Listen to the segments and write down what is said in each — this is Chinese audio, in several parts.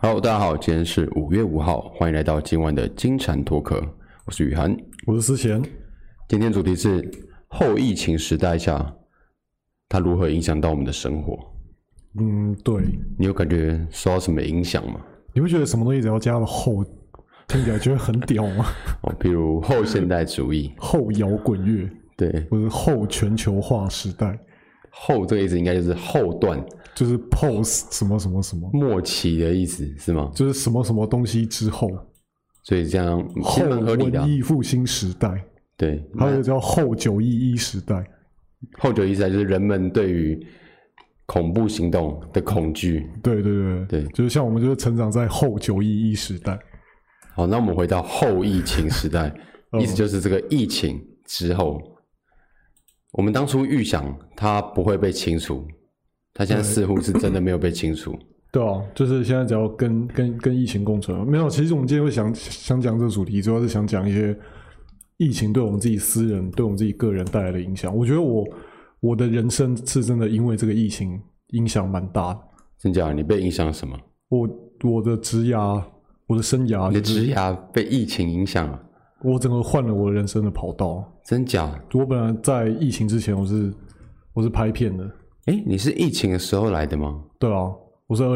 Hello， 大家好，今天是5月5号，欢迎来到今晚的金蝉脱壳，我是雨涵， 我是思贤。 今天主题是后疫情时代下，它如何影响到我们的生活？ 对。 你有感觉受到什么影响吗？ 你会觉得什么东西只要加了后，听起来就会很屌吗？ 譬如后现代主义、 后摇滚乐， 对， 或者后全球化时代。 后这个意思应该就是后段， 就是 post 什么什么什么末期的意思是吗？ 就是什么什么东西之后， 所以这样其后实蛮合理的文艺复兴时代。 对， 还有一个叫后911时代。 后911时代就是人们对于恐怖行动的恐惧。 对，就是像我们就是成长在后911时代。 好，那我们回到后疫情时代，意思就是这个疫情之后，我们当初预想它不会被清除，它现在似乎是真的没有被清除。 对啊，就是现在只要跟疫情共存。没有，其实我们今天会想讲这个主题，主要是想讲一些疫情对我们自己私人、对我们自己个人带来的影响。我觉得我的人生是真的因为这个疫情影响蛮大的。 真假的？你被影响什么？ 我的职涯，我的生涯， 你的职涯被疫情影响了？ 我整个换了我人生的跑道。 真假的？ 我本来在疫情之前我是拍片的。 你是疫情的时候来的吗？ 对啊，我是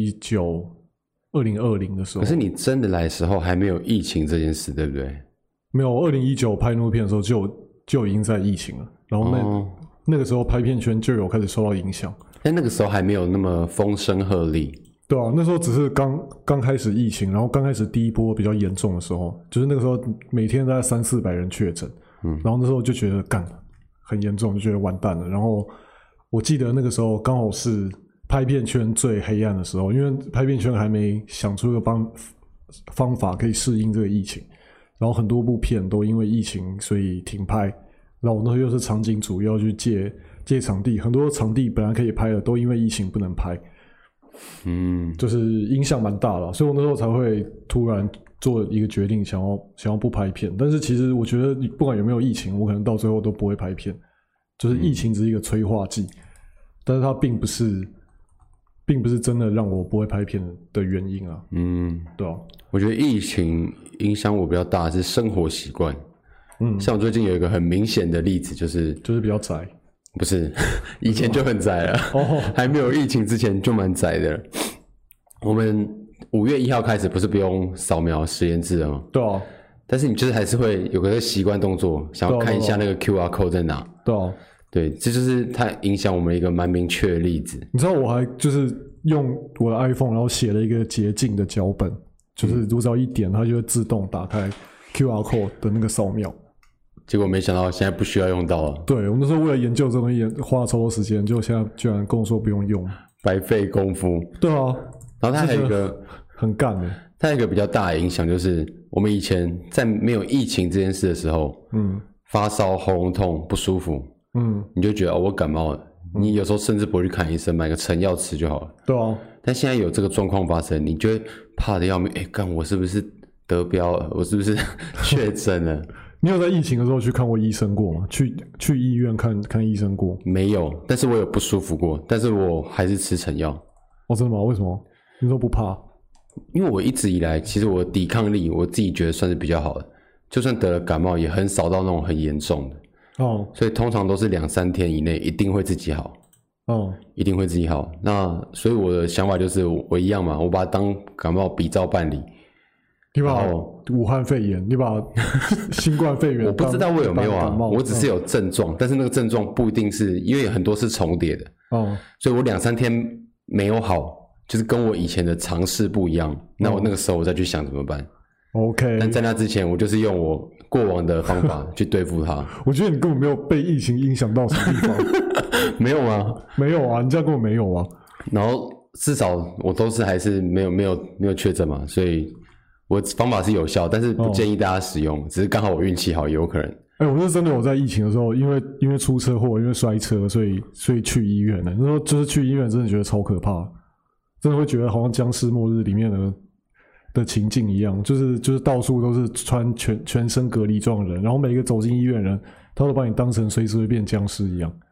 2019、2020的时候。 可是你真的来的时候还没有疫情这件事，对不对？ 没有，2019拍那部片的时候就已经在疫情了，然后那个时候拍片圈就有开始受到影响。 但那个时候还没有那么风声鹤唳。对啊，那时候只是刚开始疫情，然后刚开始第一波比较严重的时候，就是那个时候每天大概300-400人确诊，然后那时候就觉得很严重，就觉得完蛋了。然后我记得那个时候刚好是拍片圈最黑暗的时候，因为拍片圈还没想出一个方法可以适应这个疫情，然后很多部片都因为疫情所以停拍。然后我那时候又是场景组，要去借场地，很多场地本来可以拍的都因为疫情不能拍。就是影响蛮大的，所以我那时候才会突然做一个决定，想要不拍片。但是其实我觉得不管有没有疫情，我可能到最后都不会拍片。就是疫情只是一个催化剂，但是它并不是真的让我不会拍片的原因啊。对啊。 我觉得疫情影响我比较大的是生活习惯。像我最近有一个很明显的例子，就是比较宅。 不是，以前就很宅了。还没有疫情之前就蛮宅的。我们5月1号开始不是不用扫描实验制了吗？ 对啊。 但是你就是还是会有个习惯动作，想要看一下那个 QR code 在哪。 对啊。 对，这就是它影响我们一个蛮明确的例子。 你知道我还就是用我的 iPhone 然后写了一个捷径的脚本，就是如果只要一点它就会自动打开 QR code 的那个扫描。 结果没想到现在不需要用到了。 对，我那时候为了研究这东西花了超多时间，结果现在居然跟我说不用用， 白费功夫。 对啊。 然后它还有一个很干的， 它有一个比较大的影响，就是我们以前在没有疫情这件事的时候，发烧、喉咙痛、不舒服，你就觉得我感冒了，你有时候甚至不会去看医生，买个成药吃就好了。 对啊。但现在有这个状况发生，你就会怕得要命，我是不是得标了？我是不是确诊了？ 你有在疫情的时候去看过医生过吗？去医院看医生过？ 没有，但是我有不舒服过，但是我还是吃成药。 哦，真的吗？为什么？你都不怕？ 因为我一直以来，其实我的抵抗力，我自己觉得算是比较好的，就算得了感冒，也很少到那种很严重的。所以通常都是2-3天以内一定会自己好。一定会自己好。那所以我的想法就是我一样嘛，我把它当感冒比照办理。 你把武汉肺炎，你把新冠肺炎， 我不知道我有没有啊，我只是有症状，但是那个症状不一定是，因为很多是重叠的。所以我2-3天没有好，就是跟我以前的尝试不一样。那我那个时候我再去想怎么办。 OK。 但在那之前，我就是用我过往的方法去对付它。 我觉得你根本没有被疫情影响到什么地方。 没有吗？ 没有啊，你这样根本没有啊。 然后至少我都是还是没有确诊嘛，所以我方法是有效，但是不建议大家使用，只是刚好我运气好，也有可能。 我是真的有在疫情的时候，因为出车祸，因为摔车，所以去医院的。那时候就是去医院，真的觉得超可怕，真的会觉得好像僵尸末日里面的情境一样，就是到处都是穿全身隔离状的人，然后每一个走进医院的人，他都把你当成随时会变僵尸一样。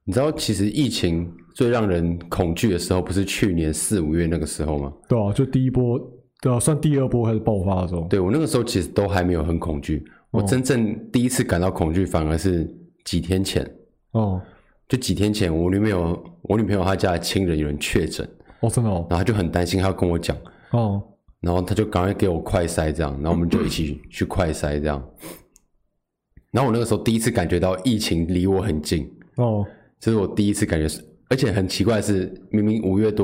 你知道其实疫情最让人恐惧的时候不是去年4、5月那个时候吗？ 对啊，就第一波，对啊，算第二波开始爆发的时候。 对，我那个时候其实都还没有很恐惧，我真正第一次感到恐惧反而是几天前。就几天前我女朋友她家的亲人有人确诊。 真的哦。 然后她就很担心，她要跟我讲。然后她就赶快给我快筛这样，然后我们就一起去快筛这样。然后我那个时候第一次感觉到疫情离我很近。这是我第一次感觉，而且很奇怪的是，明明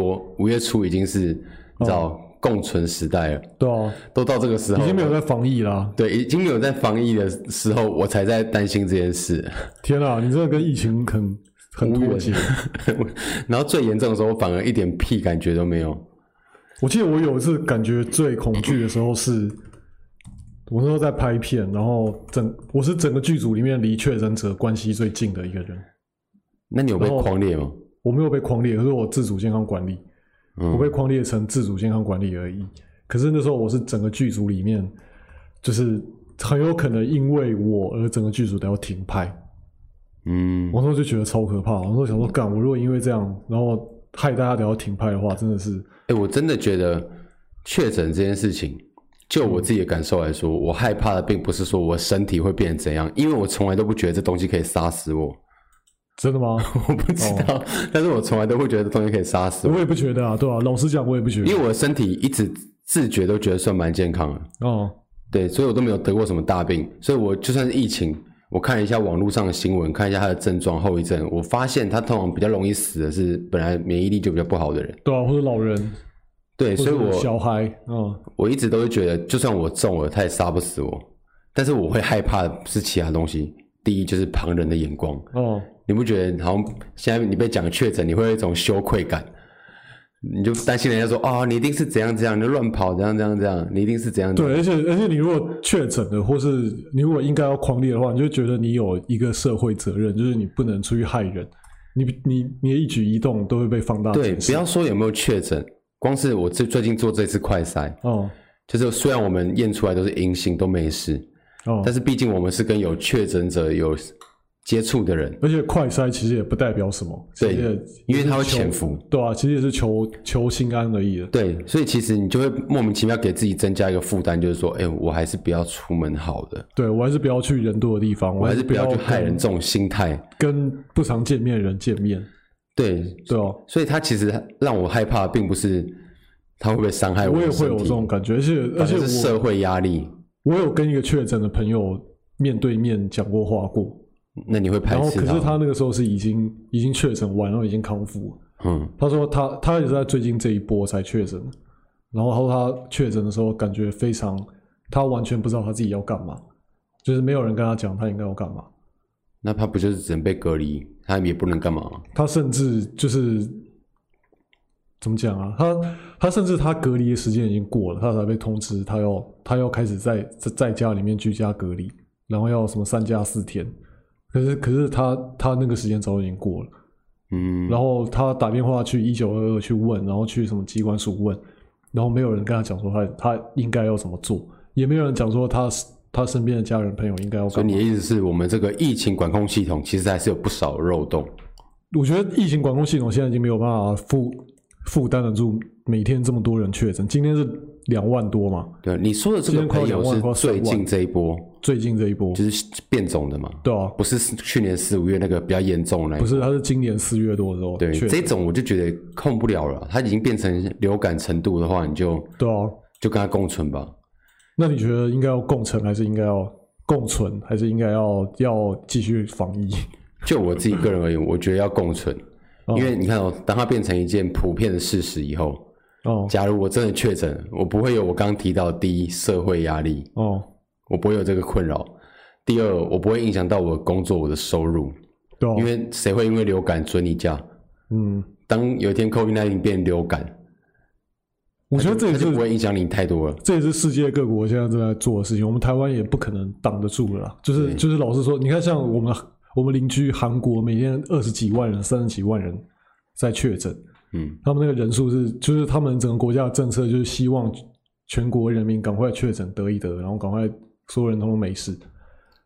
5月初已经是你知道共存时代了。对啊，都到这个时候已经没有在防疫啦。 对，已经没有在防疫的时候，我才在担心这件事。 天啊，你真的跟疫情很脱节。 然后最严重的时候，我反而一点屁感觉都没有。 我记得我有一次感觉最恐惧的时候是，我那时候在拍片，然后我是整个剧组里面离确诊者关系最近的一个人。 那你有被匡列吗？ 我没有被匡列，可是我自主健康管理。我被匡列成自主健康管理而已。可是那时候我是整个剧组里面，就是很有可能因为我而整个剧组都要停拍。我那时候就觉得超可怕。我那时候想说，干，我如果因为这样，然后害大家都要停拍的话，真的是。 我真的觉得确诊这件事情，就我自己的感受来说，我害怕的并不是说我身体会变成怎样，因为我从来都不觉得这东西可以杀死我。 真的吗？ 我不知道，但是我从来都不觉得这东西可以杀死我。 我也不觉得啊，对啊，老实讲，我也不觉得， 因为我的身体一直自觉都觉得算蛮健康的。对，所以我都没有得过什么大病，所以我就算是疫情，我看了一下网络上的新闻，看一下它的症状后遗症，我发现它通常比较容易死的是本来免疫力就比较不好的人。 对啊，或者老人。 对，所以我小孩， 我一直都会觉得，就算我中了，他也杀不死我。但是我会害怕的是其他东西。第一就是旁人的眼光。你不觉得好像现在你被讲确诊，你会有一种羞愧感？你就担心人家说你一定是怎样怎样，你就乱跑怎样怎样怎样，你一定是怎样。 对，而且你如果确诊了，或是你如果应该要匡列的话，你就觉得你有一个社会责任，就是你不能出去害人，你的一举一动都会被放大。 对，不要说有没有确诊，光是我最近做这次快筛，就是虽然我们验出来都是阴性，都没事，但是毕竟我们是跟有确诊者有接触的人， 而且快筛其实也不代表什么， 对，因为它会潜伏， 对啊，其实也是求心安而已的。 对，所以其实你就会莫名其妙给自己增加一个负担，就是说，我还是不要出门好的， 对，我还是不要去人多的地方， 我还是不要去害人，这种心态， 跟不常见面的人见面， 对哦，所以他其实让我害怕，并不是他会不会伤害我的身体， 我也会有这种感觉，而且是社会压力。 我有跟一个确诊的朋友面对面讲过话过。 那你会排斥他？ 然后可是他那个时候是已经确诊完，然后已经康复了。他说他也是在最近这一波才确诊，然后他确诊的时候感觉非常，他完全不知道他自己要干嘛，就是没有人跟他讲他应该要干嘛。 那他不就是只能被隔离，他也不能干嘛吗？ 他甚至就是怎么讲啊？他甚至他隔离的时间已经过了，他才被通知他要开始在家里面居家隔离，然后要什么3+4天。可是他那个时间早已经过了，然后他打电话去1922去问，然后去什么机关署问，然后没有人跟他讲说他应该要怎么做，也没有人讲说他身边的家人朋友应该要干嘛。 所以你的意思是我们这个疫情管控系统其实还是有不少漏洞？ 我觉得疫情管控系统现在已经没有办法负担得住每天这么多人确诊，今天是2万多嘛？ 对，你说的这个朋友是最近这一波，就是变种的嘛？ 对啊， 不是去年4、5月那个比较严重的， 不是，他是今年4月多的时候。 对，这种我就觉得控不了了，它已经变成流感程度的话，你就对啊， 就跟它共存吧。那你觉得应该要共存，还是应该要共存，还是应该要继续防疫？ 就我自己个人而言，我觉得要共存。因为你看当它变成一件普遍的事实以后，假如我真的确诊，我不会有我刚刚提到的第一社会压力，我不会有这个困扰。第二，我不会影响到我的工作、我的收入，因为谁会因为流感准你假？当有一天 COVID-19 变流感， 我觉得这也是不会影响你太多了。 这也是世界各国现在正在做的事情，我们台湾也不可能挡得住了啦。就是老实说，你看像我们邻居韩国每天20几万人、30几万人在确诊，他们那个人数就是他们整个国家的政策就是希望全国人民赶快确诊得一得，然后赶快所有人都没事。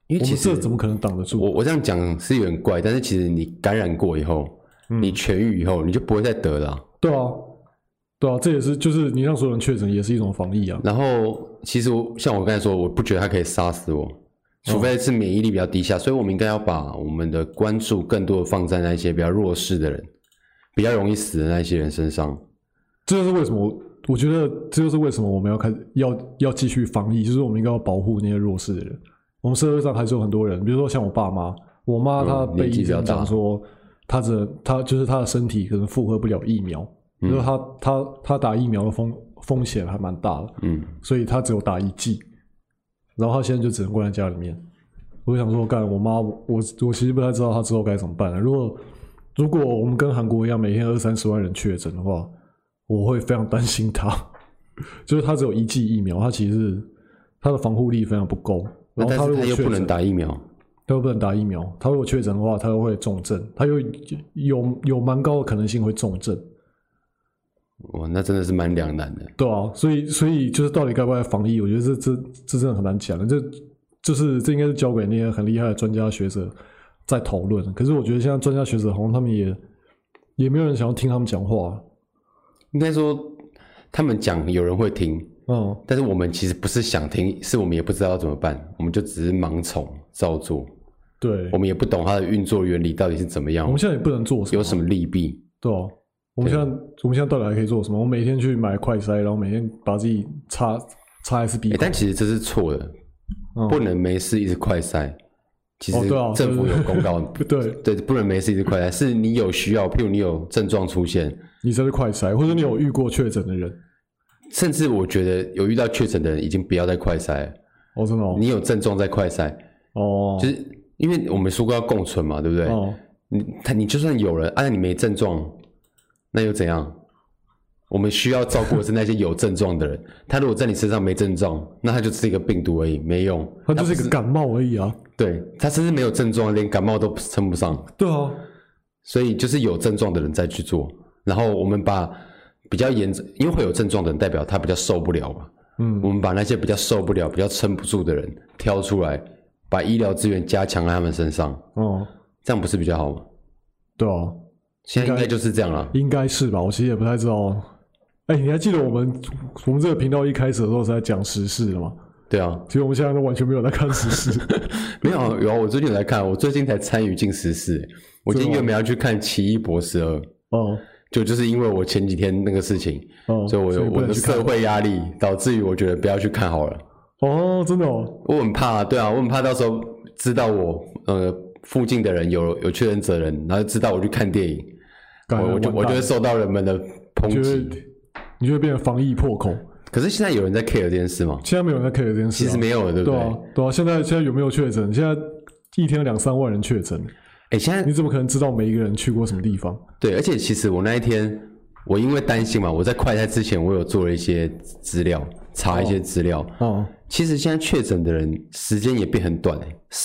因为其实我们这怎么可能挡得住？ 我这样讲是有点怪，但是其实你感染过以后，你痊愈以后，你就不会再得了。 对啊，对啊，这也是就是你让所有人确诊也是一种防疫啊。 然后其实像我刚才说，我不觉得它可以杀死我，除非是免疫力比较低下，所以我们应该要把我们的关注更多的放在那些比较弱势的人，比较容易死的那些人身上。 这就是为什么我觉得这就是为什么我们要开始要继续防疫，就是我们应该要保护那些弱势的人。我们社会上还是有很多人，比如说像我爸妈，我妈她被医生讲说，她就是她的身体可能负荷不了疫苗，就是她打疫苗的风险还蛮大的，所以她只有打1剂，然后她现在就只能关在家里面。我就想说，干我妈，我其实不太知道她之后该怎么办了。如果我们跟韩国一样，每天20-30万人确诊的话，我会非常担心她。就是她只有1剂疫苗，她其实她的防护力非常不够。然后但是他又不能打疫苗， 他又不能打疫苗，他如果确诊的话，他又会重症，他又有蛮高的可能性会重症。 哇，那真的是蛮两难的。 对啊，所以就是到底该不该防疫，我觉得这真的很难讲。这应该是交给那些很厉害的专家学者在讨论。可是我觉得现在专家学者好像他们也没有人想要听他们讲话。 应该说他们讲有人会听。但是我们其实不是想听，是我们也不知道要怎么办，我们就只是盲从照做。对，我们也不懂它的运作原理到底是怎么样。 我们现在也不能做什么， 有什么利弊？ 对啊，我们现在到底还可以做什么？我每天去买快筛，然后每天把自己插 SB， 但其实这是错的，不能没事一直快筛。其实政府有公告，对，不能没事一直快筛，是你有需要，譬如你有症状出现， 你才是快筛，或者你有遇过确诊的人。 甚至我觉得有遇到确诊的人已经不要再快筛了。 真的哦。 你有症状再快筛。就是因为我们说过要共存嘛，对不对？你就算有人，你没症状，那又怎样？我们需要照顾的是那些有症状的人。他如果在你身上没症状，那他就是一个病毒而已，没用。 他就是一个感冒而已啊。 对，他甚至没有症状，连感冒都称不上。 对啊。 所以就是有症状的人再去做，然后我们把比较严重，因为会有症状的人代表他比较受不了嘛。我们把那些比较受不了、比较撑不住的人挑出来，把医疗资源加强在他们身上。这样不是比较好吗？ 对啊， 现在应该就是这样了。 应该是吧？我其实也不太知道。你还记得我们这个频道一开始的时候是在讲时事的吗？ 对啊， 其实我们现在都完全没有在看时事。 没有，有啊，我最近有在看，我最近才参与进时事。我今天原本要去看《奇异博士2》。就是因为我前几天那个事情，所以我的社会压力导致于我觉得不要去看好了。 真的哦。 我很怕，对啊，我很怕到时候知道我附近的人有确诊者人，然后知道我去看电影，我就会受到人们的抨击， 你就会变成防疫破口。 可是现在有人在 care 这件事吗？ 现在没有人在 care 这件事。 其实没有了，对不对？ 对啊，现在有没有确诊？现在一天2-3万人确诊。 现在你怎么可能知道每一个人去过什么地方？ 对，而且其实我那一天，我因为担心嘛，我在快筛之前，我有做了一些资料，查一些资料。其实现在确诊的人时间也变很短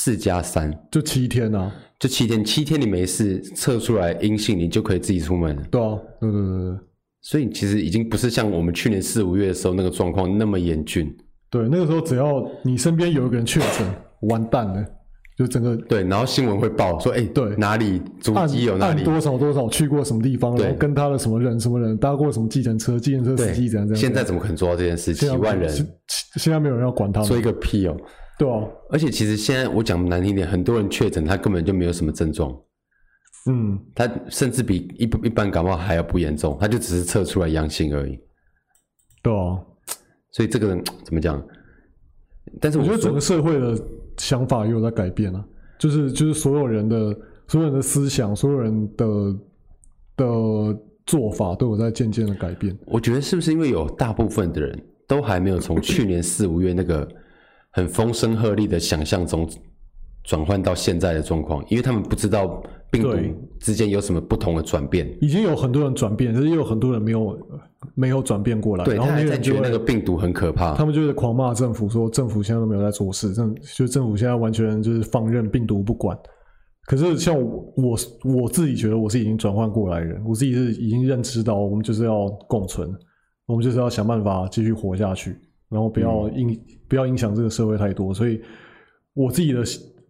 ，4+3， 就7天啊， 就7天，7天你没事测出来阴性，你就可以自己出门了。 对啊，对。 所以其实已经不是像我们去年4-5月的时候那个状况那么严峻。 对，那个时候只要你身边有一个人确诊，完蛋了。就整个对，然后新闻会报说，对，哪里足迹有哪里， 按多少去过什么地方，然后跟他的什么人搭过什么计程车司机怎样。 现在怎么可能做到这件事？7万人， 现在没有人要管他们， 做一个屁哦。 对啊， 而且其实现在我讲难听点，很多人确诊他根本就没有什么症状，他甚至比一般感冒还要不严重，他就只是测出来阳性而已。 对啊， 所以这个人怎么讲？但是我觉得整个社会的想法也有在改变啊，就是所有人的思想，所有人的做法都有在渐渐的改变。 我觉得是不是因为有大部分的人都还没有从去年4-5月那个很风声鹤唳的想象中转换到现在的状况，因为他们不知道病毒之间有什么不同的转变。 已经有很多人转变，可是也有很多人没有转变过来。 对， 然后他还在觉得那个病毒很可怕， 他们就会狂骂政府，说政府现在都没有在做事，就政府现在完全就是放任病毒不管。可是像我自己觉得我是已经转换过来的人，我自己是已经认知到我们就是要共存，我们就是要想办法继续活下去，然后不要影响这个社会太多。所以我自己的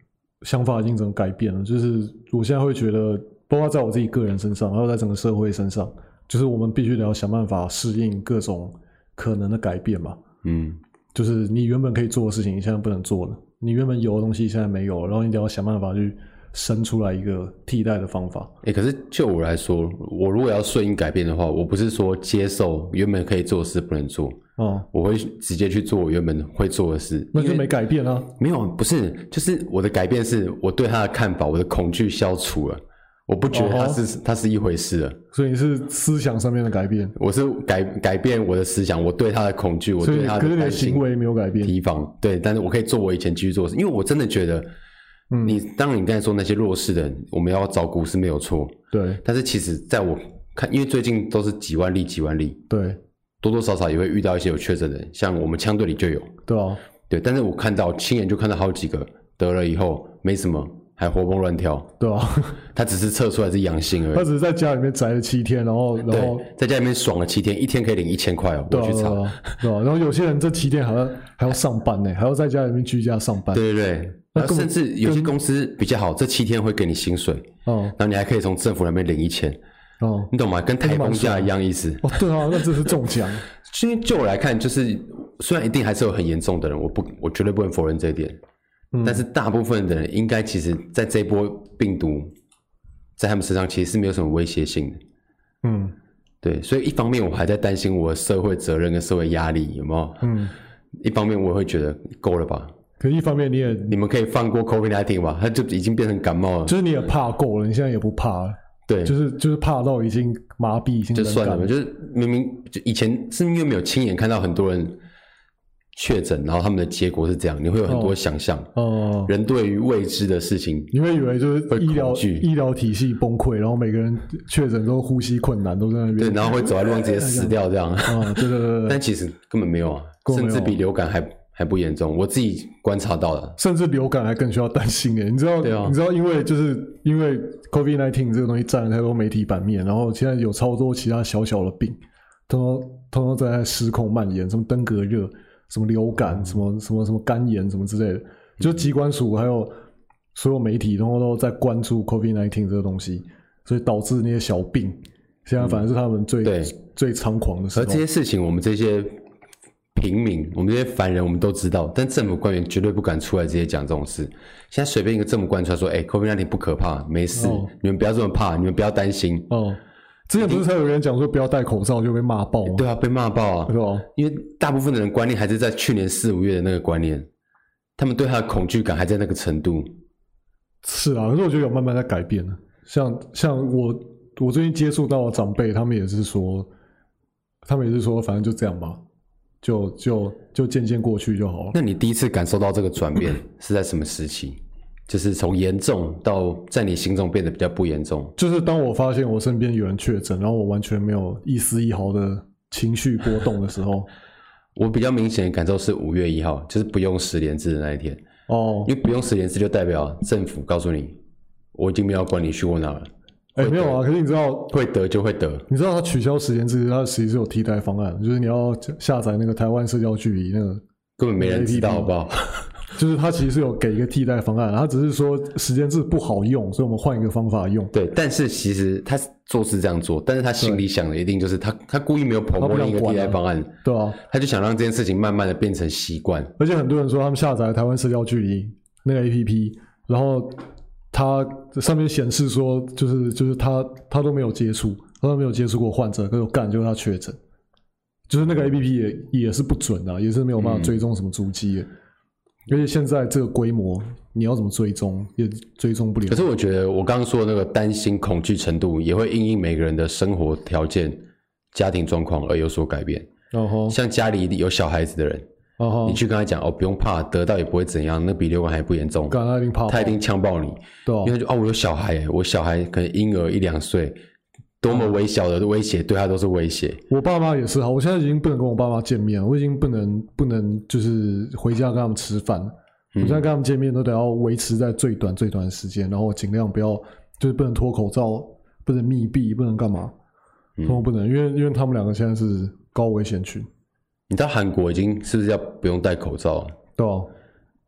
想法已经整个改变了，就是我现在会觉得，包括在我自己个人身上，还有在整个社会身上，就是我们必须得要想办法适应各种可能的改变嘛。就是你原本可以做的事情，你现在不能做了；你原本有的东西现在没有了，然后你得要想办法去生出来一个替代的方法。 可是就我来说，我如果要顺应改变的话，我不是说接受原本可以做的事不能做，我会直接去做我原本会做的事。 那就没改变啊？ 没有，不是，就是我的改变是我对他的看法，我的恐惧消除了。我不觉得它是一回事了， 所以你是思想上面的改变。 我是改变我的思想，我对他的恐惧，我对他的担心。可是你的行为没有改变。 提防，对，但是我可以做我以前继续做的事，因为我真的觉得，当然你刚才说那些弱势的人，我们要照顾是没有错， 对。 但是其实在我看，因为最近都是几万例， 对， 多多少少也会遇到一些有确诊的人，像我们枪队里就有， 对啊， 对。但是我亲眼就看到好几个得了以后没什么。还活蹦乱跳， 对啊， 他只是测出来是阳性而已。 他只是在家里面宅了7天，然后在家里面爽了7天，一天可以领1000块哦。我去查， 对啊。然后有些人这7天还要上班呢，还要在家里面居家上班。 对，然后甚至有些公司比较好，这7天会给你薪水，然后你还可以从政府那边领1000。你懂吗？跟台风假一样意思。 对啊，那这是中奖。 因为就我来看，就是虽然一定还是有很严重的人，我绝对不能否认这一点。但是大部分的人应该其实在这一波病毒在他们身上其实是没有什么威胁性的。对，所以一方面我还在担心我的社会责任跟社会压力有没有？一方面我会觉得够了吧。 可一方面你们可以放过 COVID-19 吧，它就已经变成感冒了。 就是你也怕够了，你现在也不怕了。 对， 就是怕到已经麻痹，已经就算了，就是明明就以前是因为没有亲眼看到很多人确诊，然后他们的结果是这样，你会有很多想象。人对于未知的事情， 你会以为就是医疗体系崩溃，然后每个人确诊都呼吸困难，都在那边。 对，然后会走在路上直接死掉这样。 对。 但其实根本没有啊，甚至比流感还不严重。我自己观察到了， 甚至流感还更需要担心耶。你知道，因为 COVID-19 这个东西占了太多媒体版面，然后现在有超多其他小小的病，通通在失控蔓延，什么登革热。什么流感，什么肝炎，什么之类的，就疾管署还有所有媒体都在关注 COVID-19 这个东西，所以导致那些小病现在反而是他们最猖狂的时候。 而这些事情，我们这些平民，我们这些凡人，我们都知道，但政府官员绝对不敢出来直接讲这种事。现在随便一个政府官员出来说：“COVID-19 不可怕，没事，你们不要这么怕，你们不要担心。” 之前不是才有人讲说不要戴口罩就被骂爆吗？ 对啊，被骂爆啊！ 对吧？ 因为大部分的人观念还是在去年4、5月的那个观念，他们对他的恐惧感还在那个程度。 是啊，可是我觉得有慢慢在改变了。像我最近接触到的长辈，他们也是说，反正就这样吧，就渐渐过去就好了。 那你第一次感受到这个转变是在什么时期？就是从严重到在你心中变得比较不严重， 就是当我发现我身边有人确诊，然后我完全没有一丝一毫的情绪波动的时候， 我比较明显的感受是5月1号，就是不用10连制的那一天。因为不用10连制就代表政府告诉你，我已经没有管你去过哪了。 没有啊，可是你知道会得就会得， 你知道他取消10连制，他其实是有替代方案，就是你要下载那个台湾社交距离那个， 根本没人知道好不好？ 就是他其实是有给一个替代方案，他只是说10连制不好用，所以我们换一个方法用。 对，但是其实他做是这样做，但是他心里想的一定就是他故意没有promote另一个替代方案， 对啊， 他就想让这件事情慢慢的变成习惯。 而且很多人说他们下载台湾社交距离那个 APP， 然后他上面显示说就是他都没有接触，他都没有接触过患者，可是就是他确诊，就是那个 APP 也是不准的，也是没有办法追踪什么足迹的。而且现在这个规模，你要怎么追踪也追踪不了。 可是我觉得我刚刚说的那个担心恐惧程度，也会因应每个人的生活条件、家庭状况而有所改变。像家里有小孩子的人，你去跟他讲不用怕，得到也不会怎样，那比流感还不严重，他一定呛爆你。 对， 因为他就我有小孩我小孩可能婴儿1、2岁。多么微小的威胁，对他都是威胁。 我爸妈也是我现在已经不能跟我爸妈见面了，我已经不能就是回家跟他们吃饭了。我现在跟他们见面都得要维持在最短的时间，然后尽量不要就是不能脱口罩，不能密闭，不能干嘛，不能，因为他们两个现在是高危险群。 你到韩国已经是不是要不用戴口罩了？ 对啊，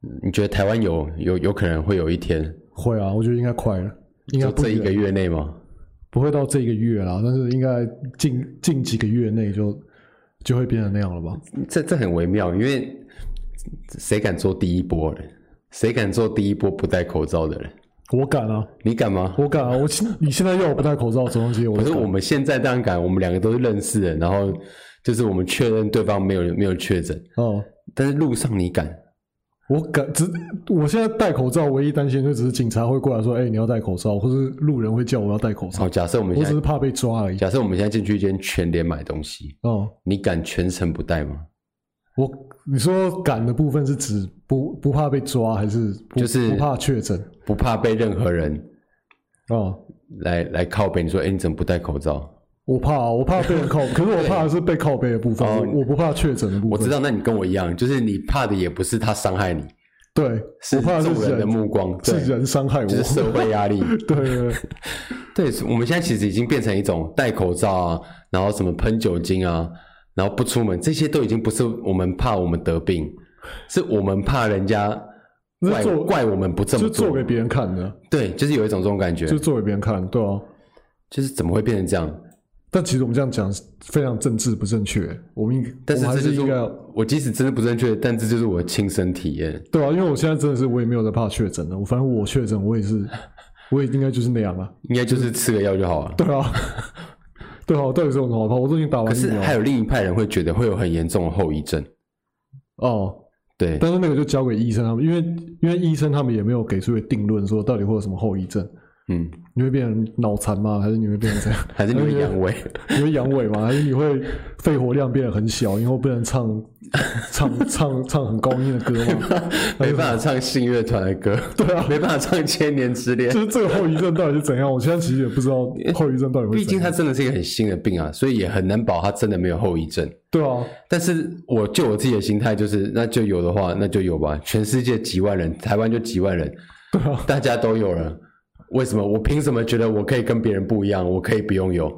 你觉得台湾有可能会有一天？ 会啊，我觉得应该快了，应该就这1个月内吗？ 不会到这1个月啦，但是应该近几个月内就会变成那样了吧？ 这很微妙，因为谁敢做第一波人？谁敢做第一波不戴口罩的人？ 我敢啊！ 你敢吗？ 我敢啊！你现在要我不戴口罩这东西， 可是我们现在当然敢，我们2个都是认识人，然后就是我们确认对方没有确诊哦。但是路上你敢？ 我敢，我现在戴口罩，唯一担心就只是警察会过来说：“你要戴口罩。”或是路人会叫我要戴口罩。 好，假设我只是怕被抓而已。 假设我们现在进去一间全联买东西，你敢全程不戴吗？ 你说敢的部分是指不怕被抓，还是就是不怕确诊， 不怕被任何人来靠北？你说，你怎么不戴口罩？ 我怕被人靠，可是我怕的是被靠背的部分，我不怕确诊的部分。 我知道，那你跟我一样，就是你怕的也不是他伤害你， 对， 是众人的目光， 是人伤害我， 就是社会压力。 对， 我们现在其实已经变成一种戴口罩啊，然后什么喷酒精啊，然后不出门，这些都已经不是我们怕我们得病，是我们怕人家怪我们不这么做， 就做给别人看的。 对，就是有一种这种感觉， 就做给别人看，对啊， 就是怎么会变成这样？ 但其实我们这样讲非常政治不正确， 但是还是应该， 我即使真的不正确，但这就是我的亲身体验。 对啊，因为我现在真的是我也没有在怕确诊了，反正我确诊我也应该就是那样啊， 应该就是吃个药就好了。 对啊，对啊，到底是有什么好怕？我都已经打完疫苗。 可是还有另一派人会觉得会有很严重的后遗症。对， 但是那个就交给医生他们，因为医生他们也没有给出个定论说到底会有什么后遗症。你会变成脑残吗？还是你会变成怎样？ 还是你会阳痿？ 你会阳痿吗？还是你会肺活量变得很小，以后不能唱很高音的歌吗？ 没办法唱信乐团的歌， 对啊， 没办法唱千年之恋。 就是这个后遗症到底是怎样？我现在其实也不知道后遗症到底会怎样。 毕竟它真的是一个很新的病啊，所以也很难保它真的没有后遗症。 对啊， 但是我自己的心态就是，那就有的话，那就有吧。全世界几万人，台湾就几万人， 对啊， 大家都有了。为什么我凭什么觉得我可以跟别人不一样？我可以不用有？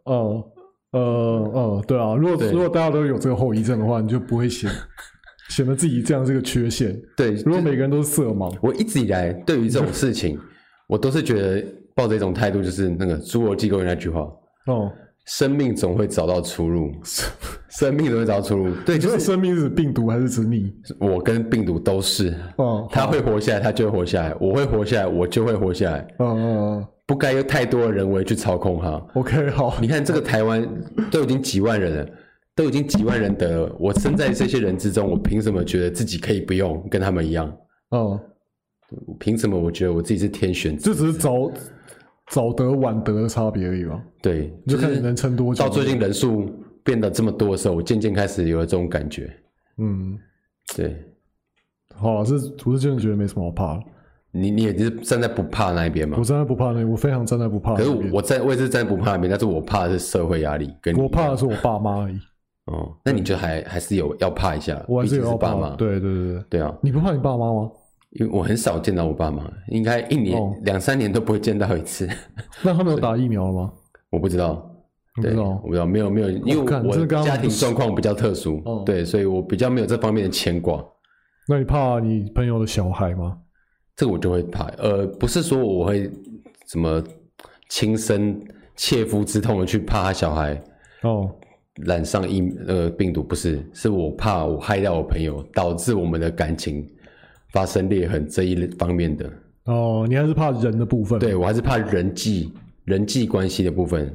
对啊。如果大家都有这个后遗症的话，你就不会显得自己这样是个缺陷。 对， 如果每个人都是色盲， 我一直以来对于这种事情，我都是觉得抱着一种态度，就是那个《侏罗纪公园》那句话生命总会找到出路，生命总会找到出路。对，就是生命是指病毒还是指你？ 我跟病毒都是。他会活下来，他就会活下来；我会活下来，我就会活下来。不该有太多的人为去操控它。 OK， 好。 你看这个台湾都已经几万人了，都已经几万人得了。我身在这些人之中，我凭什么觉得自己可以不用跟他们一样？凭什么我觉得我自己是天选之子？ 这只是早得晚得的差别而已吧。 对， 就看你能撑多久。 到最近人数变得这么多的时候，我渐渐开始有了这种感觉。对。 好，我是真的觉得没什么好怕的。 你也是站在不怕那一边吗？ 我站在不怕那边，我非常站在不怕那边。 可是我也是站在不怕那边，但是我怕的是社会压力。 我怕的是我爸妈而已。 那你就还是有要怕一下。 我还是有要怕。 爸妈。 对啊。你不怕你爸妈吗？ 因为我很少见到我爸妈，应该1年2-3年都不会见到一次。 那他们有打疫苗了吗？ 我不知道。对，我不知道，没有，因为我家庭状况比较特殊，对，所以我比较没有这方面的牵挂。 那你怕你朋友的小孩吗？ 这个我就会怕，不是说我会什么亲身切肤之痛的去怕他小孩染上病毒，不是，是我怕我害到我朋友，导致我们的感情发生裂痕这一方面的。 你还是怕人的部分？ 对，我还是怕人际关系的部分。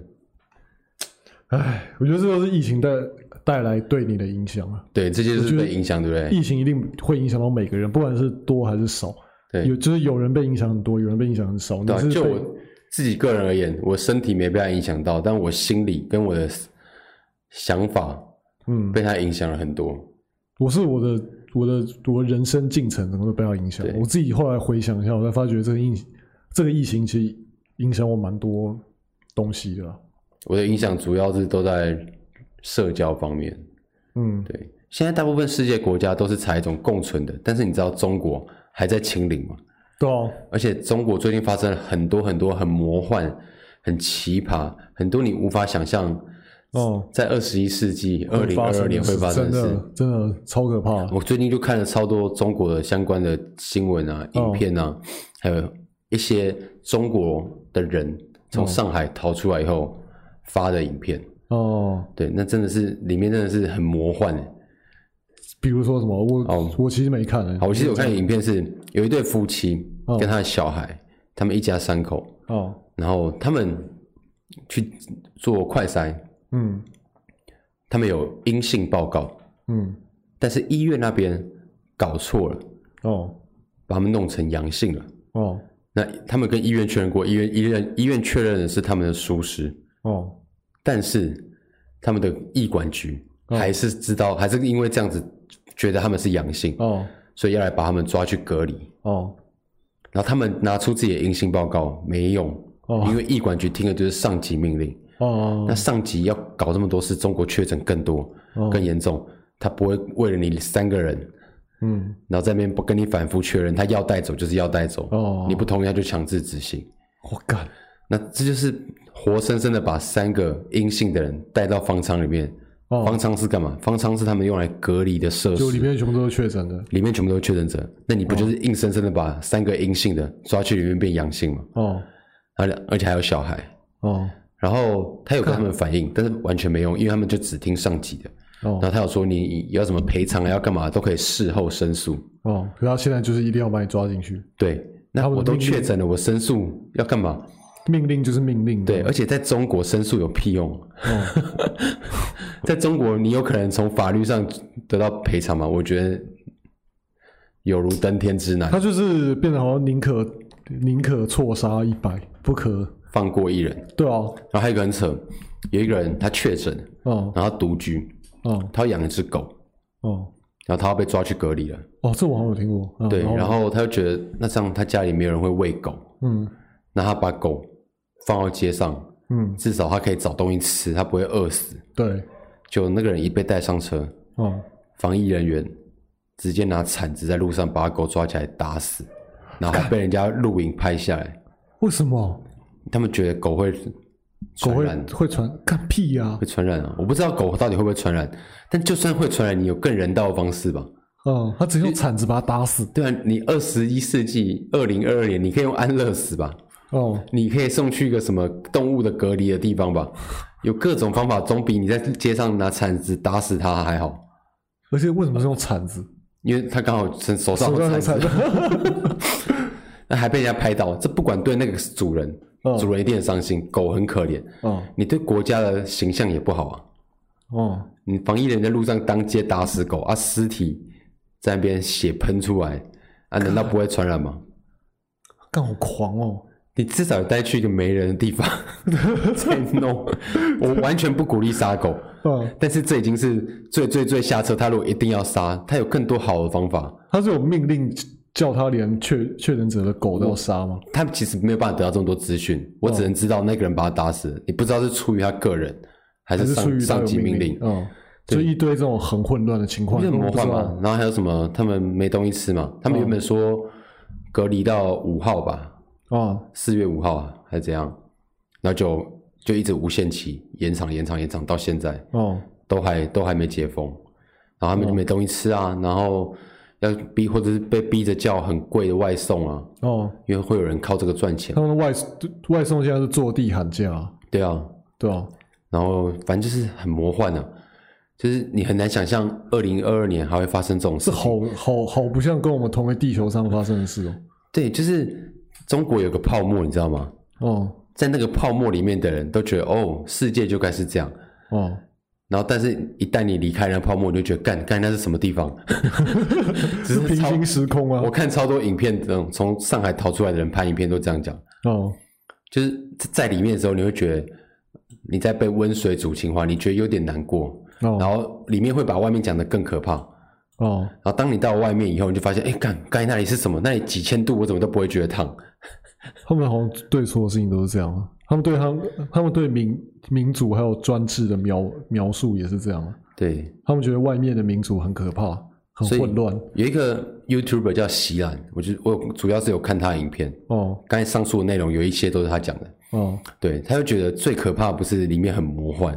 我觉得这都是疫情带来对你的影响啊。 对，这些就是被影响，对不对？ 疫情一定会影响到每个人，不管是多还是少。对，就是有人被影响很多，有人被影响很少。 对，就我自己个人而言，我身体没被他影响到，但我心理跟我的想法，被他影响了很多。 我是我的人生进程整个都被他影响。我自己后来回想一下，我才发觉这个疫情其实影响我蛮多东西的。 我的影响主要是都在社交方面。对，现在大部分世界国家都是采一种共存的，但是你知道中国还在清零吗？ 对啊， 而且中国最近发生了很多很多很魔幻、很奇葩、很多你无法想象在21世纪2022年会发生的事， 真的超可怕。 我最近就看了超多中国的相关的新闻啊、影片啊，还有一些中国的人从上海逃出来以后发的影片。对，那真的是里面真的是很魔幻耶。 比如说什么？我其实没看。 好，我其实有看的影片是有一对夫妻跟他的小孩，他们一家3口。然后他们去做快筛，他们有阴性报告，但是医院那边搞错了，把他们弄成阳性了。那他们跟医院确认过，医院确认的是他们的疏失，但是他们的医管局还是知道，还是因为这样子觉得他们是阳性，所以要来把他们抓去隔离。然后他们拿出自己的阴性报告没用，因为医管局听的就是上级命令。那上级要搞这么多事，中国确诊更多、更严重，他不会为了你3个人，然后在那边不跟你反复确认，他要带走就是要带走，你不同意他就强制执行。 我干， 那这就是活生生的把3个阴性的人带到方舱里面。方舱是干嘛？方舱是他们用来隔离的设施， 就里面全部都是确诊的， 里面全部都是确诊者。那你不就是硬生生的把3个阴性的抓去里面变阳性吗？而且还有小孩。然后他有跟他们反映，但是完全没用，因为他们就只听上级的。然后他有说你要什么赔偿啊，要干嘛都可以事后申诉。 可是他现在就是一定要把你抓进去。 对，那我都确诊了，我申诉要干嘛？ 命令就是命令。 对，而且在中国申诉有屁用？在中国你有可能从法律上得到赔偿吗？我觉得有如登天之难。 他就是变得好像宁可错杀100，不可放过1人。 对啊。 然后还有一个很扯，有一个人他确诊，然后他独居，他要养一只狗，然后他要被抓去隔离了。 这我好像有听过。 对，然后他就觉得那这样他家里没有人会喂狗，那他把狗放到街上，至少他可以找东西吃，他不会饿死。 对， 就那个人一被带上车，防疫人员直接拿铲子在路上把狗抓起来打死，然后还被人家录影拍下来。 为什么？ 他们觉得狗会传染， 会传干屁啊？ 会传染啊！我不知道狗到底会不会传染，但就算会传染，你有更人道的方式吧？ 他只用铲子把它打死。 对啊，你21世纪2022年，你可以用安乐死吧？你可以送去一个什么动物的隔离的地方吧？有各种方法，总比你在街上拿铲子打死它还好。 而且为什么是用铲子？ 因为他刚好手上有铲子，那还被人家拍到，这不管对那个主人一定很伤心，狗很可怜，你对国家的形象也不好啊。你防疫人在路上当街打死狗啊，尸体在那边血喷出来啊，难道不会传染吗？ 干好狂哦！ 你至少带去一个没人的地方再弄。我完全不鼓励杀狗，但是这已经是最下策。他如果一定要杀，他有更多好的方法。 他是有命令叫他连确诊者的狗都要杀吗？ 他其实没有办法得到这么多资讯，我只能知道那个人把他打死了。你不知道是出于他个人，还是上级命令。 就一堆这种很混乱的情况， 很魔幻嘛。然后还有什么？他们没东西吃嘛？他们原本说隔离到5号吧。4月5号啊，还是怎样？然后就一直无限期延长到现在，都还没解封，然后他们就没东西吃啊，然后要或者是被逼着叫很贵的外送啊，因为会有人靠这个赚钱。 他们的外送现在是坐地喊价。 对啊，然后反正就是很魔幻啊，就是你很难想象2022年还会发生这种事情， 好不像跟我们同个地球上发生的事哦。 对，就是中国有个泡沫，你知道吗？在那个泡沫里面的人都觉得世界就该是这样。然后但是一旦你离开那泡沫，你就觉得干那是什么地方？ 只是平行时空啊！ 我看超多影片，从上海逃出来的人拍影片都这样讲。就是在里面的时候，你会觉得你在被温水煮青蛙，你觉得有点难过。然后里面会把外面讲得更可怕。然后当你到外面以后，你就发现，刚才那里是什么？那里几千度，我怎么都不会觉得烫。 他们好像对所有事情都是这样啊。他们对民主还有专制的描述也是这样啊。 对， 他们觉得外面的民主很可怕，很混乱。 有一个 YouTuber 叫席兰，我主要是有看他的影片。刚才上述的内容有一些都是他讲的。对，他就觉得最可怕不是里面很魔幻，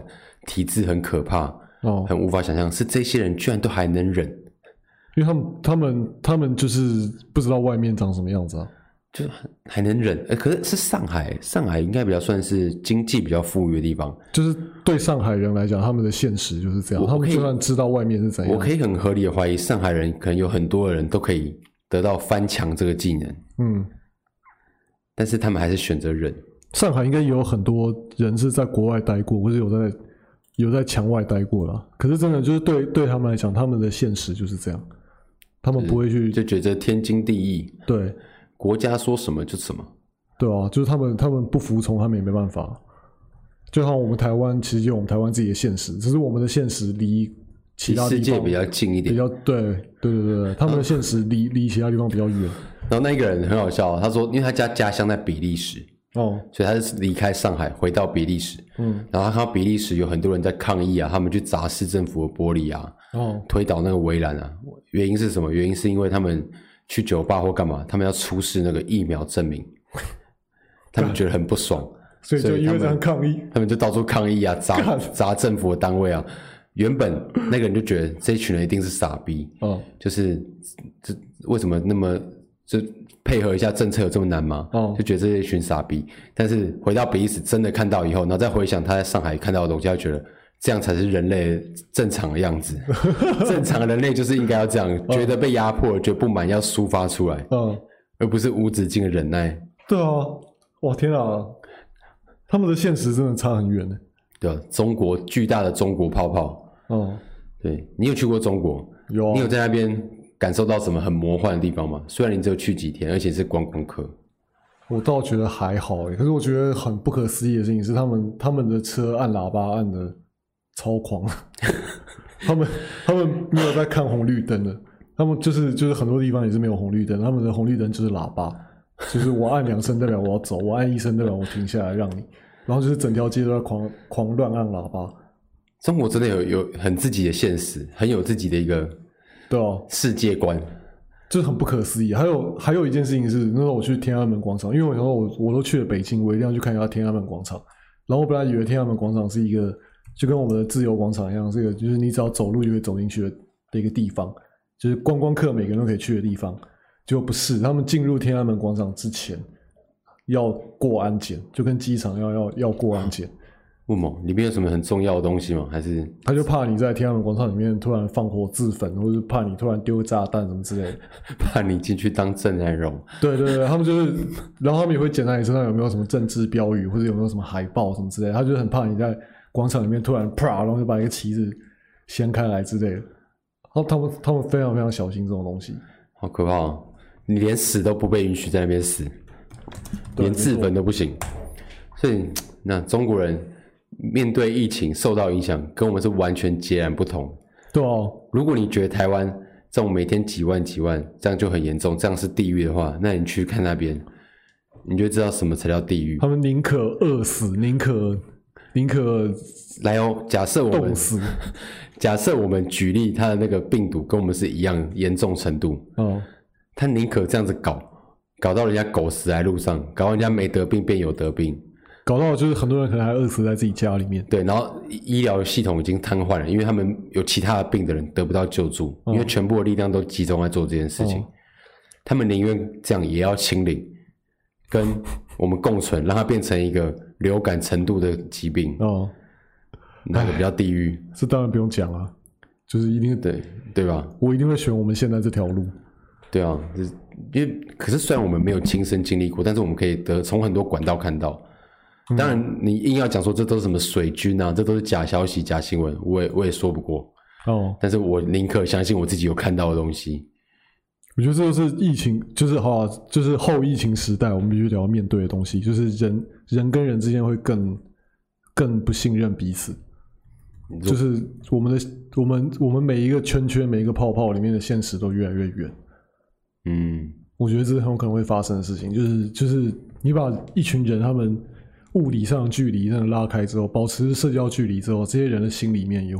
体质很可怕，很无法想象，是这些人居然都还能忍， 因为他们就是不知道外面长什么样子啊， 就还能忍。可是上海应该比较算是经济比较富裕的地方， 就是对上海人来讲，他们的现实就是这样，他们就算知道外面是怎样， 我可以很合理的怀疑，上海人可能有很多的人都可以得到翻墙这个技能，但是他们还是选择忍。 上海应该也有很多人是在国外待过，或者有在墙外待过啦。可是真的就是对他们来讲，他们的现实就是这样，他们不会去就觉得天经地义， 对， 国家说什么就什么， 对啊，就是他们不服从，他们也没办法。就像我们台湾，其实有我们台湾自己的现实，只是我们的现实离其他地方世界比较近一点， 比较对，他们的现实离其他地方比较远。 然后那个人很好笑，他说，因为他家乡在比利时，所以他是离开上海回到比利时，然后他看到比利时有很多人在抗议啊，他们去砸市政府的玻璃啊，推倒那个围栏啊，原因是什么？原因是因为他们去酒吧或干嘛，他们要出示那个疫苗证明，他们觉得很不爽， 所以就因为这样抗议， 他们就到处抗议啊，砸政府的单位啊。原本那个人就觉得这一群人一定是傻逼，就是这为什么那么就配合一下政策有这么难吗？就觉得这是一群傻逼。但是回到比利时真的看到以后，然后再回想他在上海看到的东西，他觉得这样才是人类正常的样子。正常的人类就是应该要这样，觉得被压迫，觉得不满要抒发出来，而不是无止境的忍耐。 对啊，哇天啊，他们的现实真的差很远呢。 对啊，中国巨大的中国泡泡。对，你有去过中国？ 有啊。 你有在那边感受到什么很魔幻的地方吗？虽然你只有去几天，而且是观光客。 我倒觉得还好耶，可是我觉得很不可思议的事情是，他们的车按喇叭按的超狂，他们没有在看红绿灯的，他们就是很多地方也是没有红绿灯，他们的红绿灯就是喇叭，就是我按2声代表我要走，我按1声代表我停下来让你，然后就是整条街都在狂乱按喇叭。 中国真的有很自己的现实，很有自己的一个世界观， 就是很不可思议。还有一件事情是，那时候我去天安门广场，因为我想说我都去了北京，我一定要去看一下天安门广场。然后我本来以为天安门广场是一个就跟我们的自由广场一样，是一个就是你只要走路就可以走进去的一个地方，就是观光客每个人都可以去的地方。结果不是，他们进入天安门广场之前要过安检，就跟机场要过安检。 为什么？里面有什么很重要的东西吗？还是他就怕你在天安门广场里面突然放火自焚，或者怕你突然丢个炸弹什么之类的， 怕你进去当震撼荣。 对，他们就是，然后他们也会检查你身上有没有什么政治标语，或者有没有什么海报什么之类的。他就很怕你在广场里面突然啪，然后就把一个旗子掀开来之类的。然后他们非常非常小心这种东西， 好可怕哦！你连死都不被允许在那边死，连自焚都不行。所以那中国人面对疫情受到影响，跟我们是完全截然不同。 对哦， 如果你觉得台湾这种每天几万这样就很严重，这样是地狱的话，那你去看那边，你就知道什么才叫地狱。 他们宁可饿死，宁可来哦。假设我们举例，他的那个病毒跟我们是一样严重程度，他宁可这样子搞到人家狗死在路上，搞到人家没得病变有得病。 搞到就是很多人可能还饿死在自己家里面。 对，然后医疗系统已经瘫痪了，因为他们有其他的病的人得不到救助，因为全部的力量都集中在做这件事情。他们宁愿这样也要清零，跟我们共存，让它变成一个流感程度的疾病。哪个比较地狱？ 这当然不用讲啊，就是一定对吧？ 我一定会选我们现在这条路。 对啊，因为可是虽然我们没有亲身经历过，但是我们可以从很多管道看到。当然，你硬要讲说这都是什么水军啊，这都是假消息、假新闻，我也说不过。但是我宁可相信我自己有看到的东西。 我觉得这就是疫情，就是后疫情时代我们必须得要面对的东西，就是人跟人之间会更不信任彼此，就是我们每一个圈圈、每一个泡泡里面的现实都越来越远。我觉得这是很有可能会发生的事情，就是你把一群人他们物理上的距离真的拉开之后，保持社交距离之后，这些人的心里面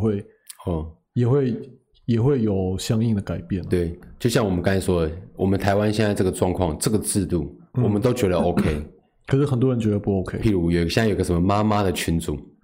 也会有相应的改变。 对，就像我们刚才说的，我们台湾现在这个状况、这个制度，我们都觉得 OK， 可是很多人觉得不 OK。 譬如现在有个什么妈妈的群组，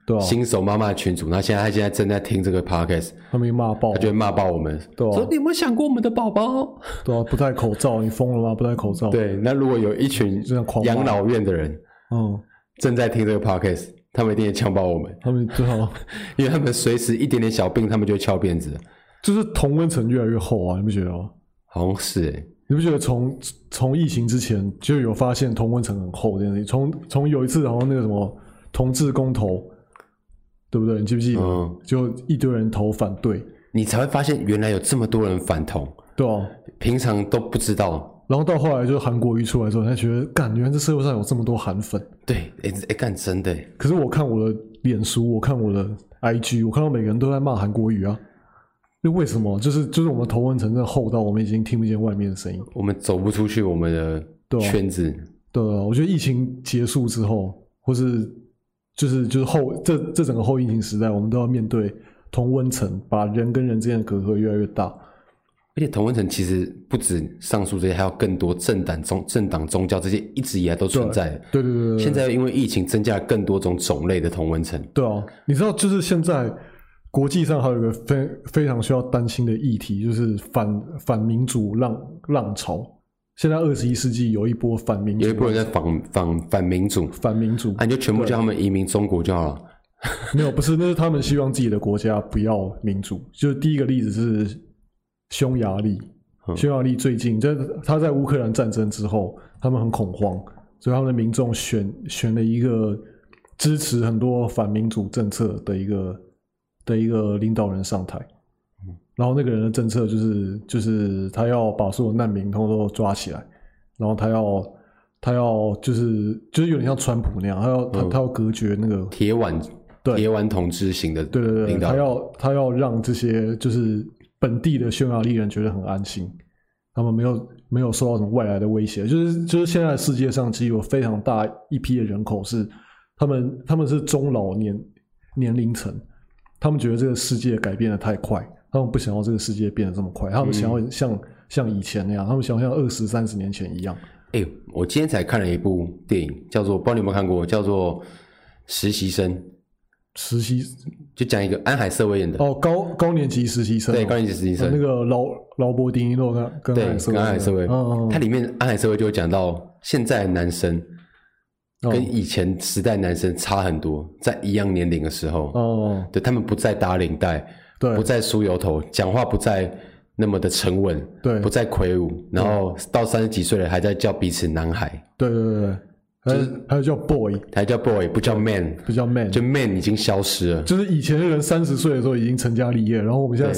对啊， 新手妈妈群组，他现在正在听这个 podcast， 他们骂爆， 他就会骂爆我们， 对啊， 说你有没有想过我们的宝宝？ 对啊，不戴口罩，你疯了吗？不戴口罩。 对，那如果有一群养老院的人，正在听这个 podcast， 他们一定会呛爆我们。 他们最好， 因为他们随时一点点小病，他们就会翘辫子。 就是同温层越来越厚啊，你不觉得吗？ 好像是你不觉得从疫情之前就有发现同温层很厚这件事情？从有一次好像那个什么同志公投，对不对？你记不记得？就一堆人投反对， 你才会发现原来有这么多人反同。 对啊， 平常都不知道。 然后到后来就韩国瑜出来之后，才觉得干，原来这社会上有这么多韩粉。 对，干真的。 可是我看我的脸书，我看我的 IG， 我看到每个人都在骂韩国瑜啊。为什么？就是我们同温层真的厚到我们已经听不见外面的声音， 我们走不出去我们的圈子。 对啊，我觉得疫情结束之后，或是就是这整个后疫情时代，我们都要面对同温层，把人跟人之间的隔阂越来越大。 而且同温层其实不止上述这些，还有更多政党、宗教这些一直以来都存在的。 对。现在因为疫情增加了更多种种类的同温层。 对啊，你知道，就是现在国际上还有一个非常需要担心的议题，就是反民主浪潮。现在21世纪有一波反民主， 有一波人在反民主，你就全部叫他们移民中国就好了。 没有，不是，那是他们希望自己的国家不要民主。就是第一个例子是匈牙利，匈牙利最近他在乌克兰战争之后，他们很恐慌，所以他们的民众选了一个支持很多反民主政策的一个领导人上台。然后那个人的政策就是他要把所有难民通通都抓起来，然后他要就是有点像川普那样，他要隔绝那个铁腕统治型的领导人。 对，他要让这些就是本地的匈牙利人觉得很安心，他们没有受到什么外来的威胁。就是现在世界上其实有非常大一批的人口是他们是中老年龄层，他们觉得这个世界改变得太快，他们不想要这个世界变得这么快，他们想要像以前那样，他们想要像20-30年前一样。 我今天才看了一部电影，叫做不知道你有没有看过，叫做实习生。就讲一个安海瑟薇演的高年级实习生。 对，高年级实习生。 那个劳勃迪尼诺跟安海瑟薇， 它里面安海瑟薇就会讲到现在的男生跟以前时代男生差很多，在一样年龄的时候，对，他们不再打领带，对，不再梳油头，讲话不再那么的沉稳，对，不再魁梧，然后到30几岁了还在叫彼此男孩。对，就是还有叫 boy， 还叫 boy， 不叫 man， 不叫 man， 就 man 已经消失了。 就是以前的人30岁的时候已经成家立业，然后我们现在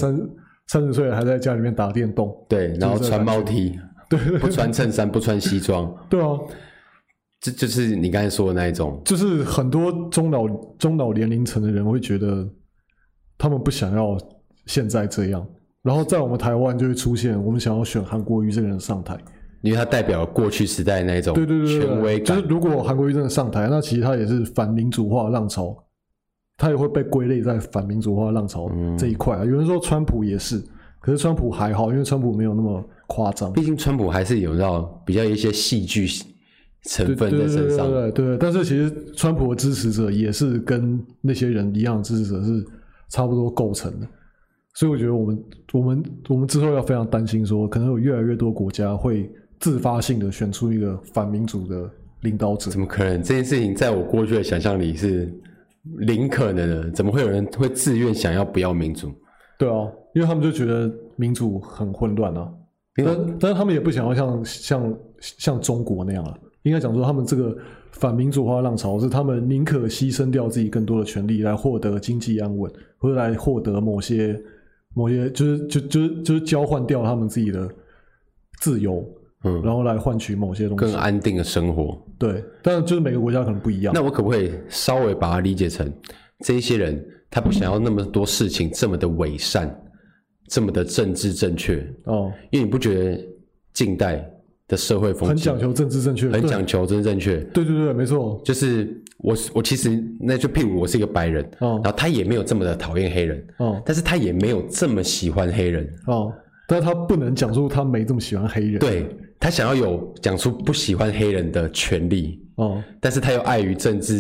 30岁了还在家里面打电动， 对，然后穿帽 T， 对，不穿衬衫，不穿西装， 对啊， 这就是你刚才说的那一种， 就是很多中老年龄层的人会觉得他们不想要现在这样，然后在我们台湾就会出现我们想要选韩国瑜这个人上台。 因为他代表过去时代那一种权威感。 就是如果韩国瑜真的上台，那其实他也是反民主化浪潮，他也会被归类在反民主化浪潮这一块。有人说川普也是，可是川普还好，因为川普没有那么夸张。 毕竟川普还是有比较一些戏剧成分在身上。 对，但是其实川普的支持者也是跟那些人一样的支持者是差不多构成的。所以我觉得我们之后要非常担心说，可能有越来越多国家会自发性的选出一个反民主的领导者。 怎么可能？这件事情在我过去的想象里是零可能的，怎么会有人会自愿想要不要民主？ 对啊，因为他们就觉得民主很混乱啊，但是他们也不想要像中国那样啊。应该讲说他们这个反民主化浪潮是他们宁可牺牲掉自己更多的权利来获得经济安稳，或者来获得某些就是交换掉他们自己的自由，然后来换取某些东西， 更安定的生活。 对，但就是每个国家可能不一样。 那我可不可以稍微把它理解成，这一些人他不想要那么多事情这么的伪善，这么的政治正确因为你不觉得近代的社会风气很讲求政治正确， 很讲求政治正确。 对，没错。 就是我其实那就譬如我是一个白人，然后他也没有这么的讨厌黑人，但是他也没有这么喜欢黑人， 但是他不能讲出他没这么喜欢黑人。 对，他想要有讲出不喜欢黑人的权利，但是他又碍于政治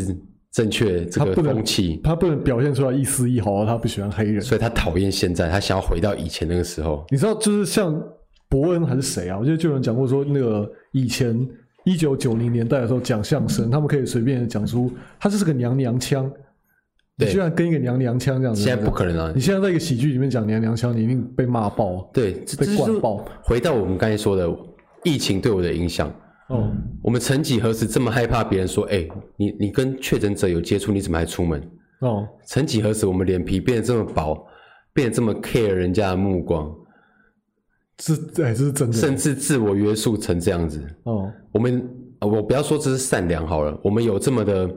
正确这个风气， 他不能表现出来一丝一毫他不喜欢黑人， 所以他讨厌现在，他想要回到以前那个时候。 你知道，就是像伯恩还是谁啊？我记得就有人讲过说，那个以前1990年代的时候讲相声，他们可以随便讲出他就是个娘娘腔。你居然跟一个娘娘腔这样子， 现在不可能啊！ 你现在在一个喜剧里面讲娘娘腔，你一定被骂爆， 对， 被灌爆。 回到我们刚才说的疫情对我的影响，我们曾几何时这么害怕别人说，你跟确诊者有接触，你怎么还出门？曾几何时我们脸皮变得这么薄，变得这么 care 人家的目光， 这是真的， 甚至自我约束成这样子。我不要说这是善良好了，我们有这么的。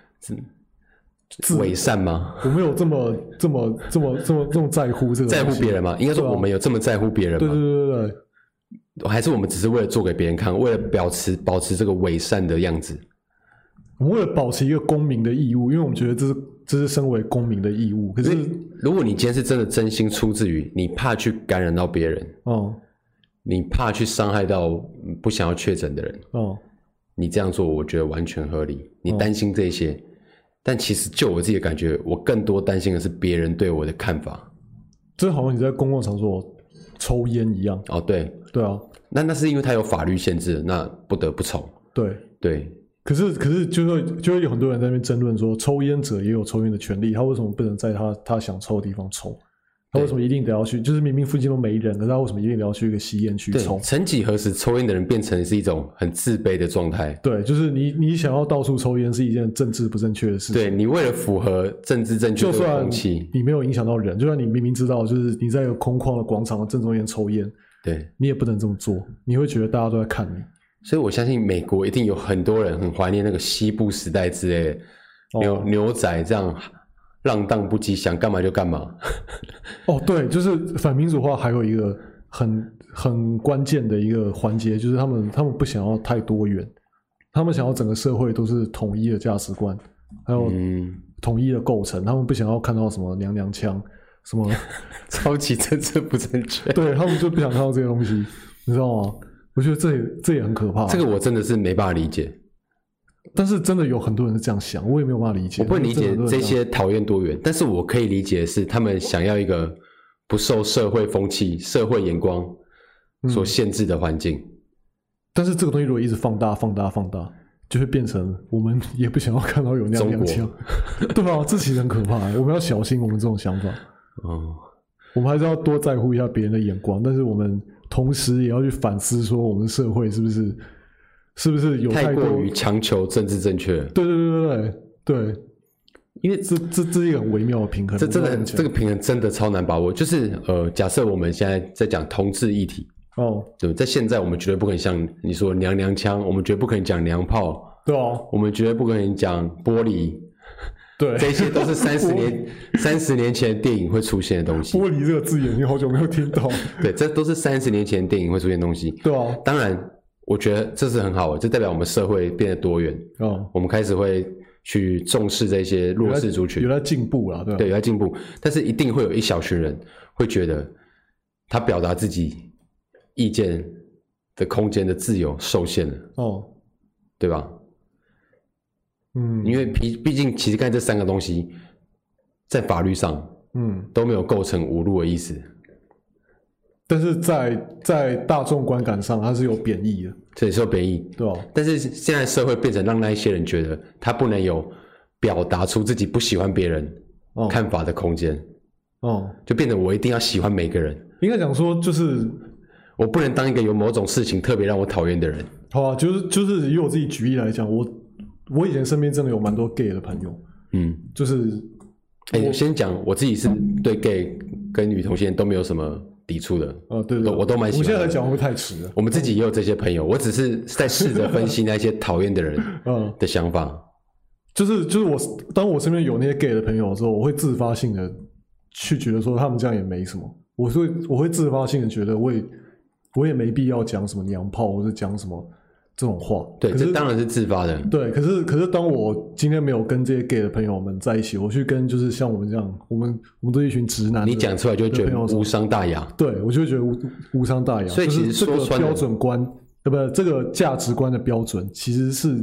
伪善吗？ 我们有这么在乎这个在乎别人吗？应该说我们有这么在乎别人吗？ 对， 还是我们只是为了做给别人看，为了保持这个伪善的样子？ 我们为了保持一个公民的义务，因为我们觉得这是身为公民的义务。可是如果你今天是真的真心出自于你怕去感染到别人，你怕去伤害到不想要确诊的人，你这样做我觉得完全合理。你担心这些。但其实就我自己的感觉，我更多担心的是别人对我的看法。 这好像你在公共场所抽烟一样。 对啊， 那是因为它有法律限制，那不得不抽。对。 可是就会有很多人在那边争论说，抽烟者也有抽烟的权利，他为什么不能在他想抽的地方抽？他为什么一定得要去？就是明明附近都没人，可是他为什么一定得要去一个吸烟区抽？ 曾几何时，抽烟的人变成是一种很自卑的状态。 对，就是你想要到处抽烟是一件政治不正确的事情。 对，你为了符合政治正确的风气， 就算你没有影响到人，就算你明明知道就是你在一个空旷的广场的正中间抽烟， 对， 你也不能这么做，你会觉得大家都在看你。 所以我相信美国一定有很多人很怀念那个西部时代之类的，牛仔这样浪荡不羁，想干嘛就干嘛。 对，就是反民主化还有一个很关键的一个环节，就是他们不想要太多元，他们想要整个社会都是统一的价值观，还有统一的构成，他们不想要看到什么娘娘腔，什么超级政治不正确。 对，他们就不想看到这些东西，你知道吗？我觉得这也很可怕。 这个我真的是没办法理解。 但是真的有很多人是这样想，我也没有办法理解。 我不能理解这些讨厌多元，但是我可以理解的是他们想要一个不受社会风气、社会眼光所限制的环境。 但是这个东西如果一直放大，就会变成我们也不想要看到有娘娘腔，对吧？这其实很可怕，我们要小心我们这种想法。我们还是要多在乎一下别人的眼光，但是我们同时也要去反思，说我们社会是不是有太过于强求政治正确？ 对，因为这是一个很微妙的平衡。 这个平衡真的超难把握。就是假设我们现在在讲同志议题，对，在现在我们绝对不可能像你说娘娘腔，我们绝对不可能讲娘炮， 对啊， 我们绝对不可能讲玻璃， 对， 这些都是30年前的电影会出现的东西。 玻璃这个字眼，你好久没有听到。 对，这都是30年前的电影会出现的东西。 对啊， 当然。我觉得这是很好的，这代表我们社会变得多元。我们开始会去重视这些弱势族群， 有在进步啦， 对，有在进步。但是一定会有一小群人会觉得，他表达自己意见的空间的自由受限了，对吧？因为毕竟其实刚才这3个东西，在法律上，都没有构成侮辱的意思。 但是在大众观感上，它是有贬义的， 这也是有贬义， 对吧？ 但是现在社会变成让那一些人觉得他不能有表达出自己不喜欢别人看法的空间，就变成我一定要喜欢每个人。 应该讲说，就是我不能当一个有某种事情特别让我讨厌的人。 好啊，就是以我自己举例来讲，我以前身边真的有蛮多 gay 的朋友，就是先讲我自己是对 gay 跟女同性恋都没有什么抵触的， 对， 我都蛮喜欢的。 我现在来讲会不会太迟了？ 我们自己也有这些朋友，我只是在试着分析那些讨厌的人的想法。 就是当我身边有那些 gay 的朋友的时候，我会自发性的去觉得说他们这样也没什么，我会自发性的觉得我也没必要讲什么娘炮或者讲什么这种话。 对，这当然是自发的。 对，可是当我今天没有跟这些 gay 的朋友们在一起，我去跟就是像我们这样，我们都是一群直男， 你讲出来就会觉得无伤大雅。 对，我就会觉得无伤大雅。 所以其实说穿这个标准观，这个价值观的标准，其实是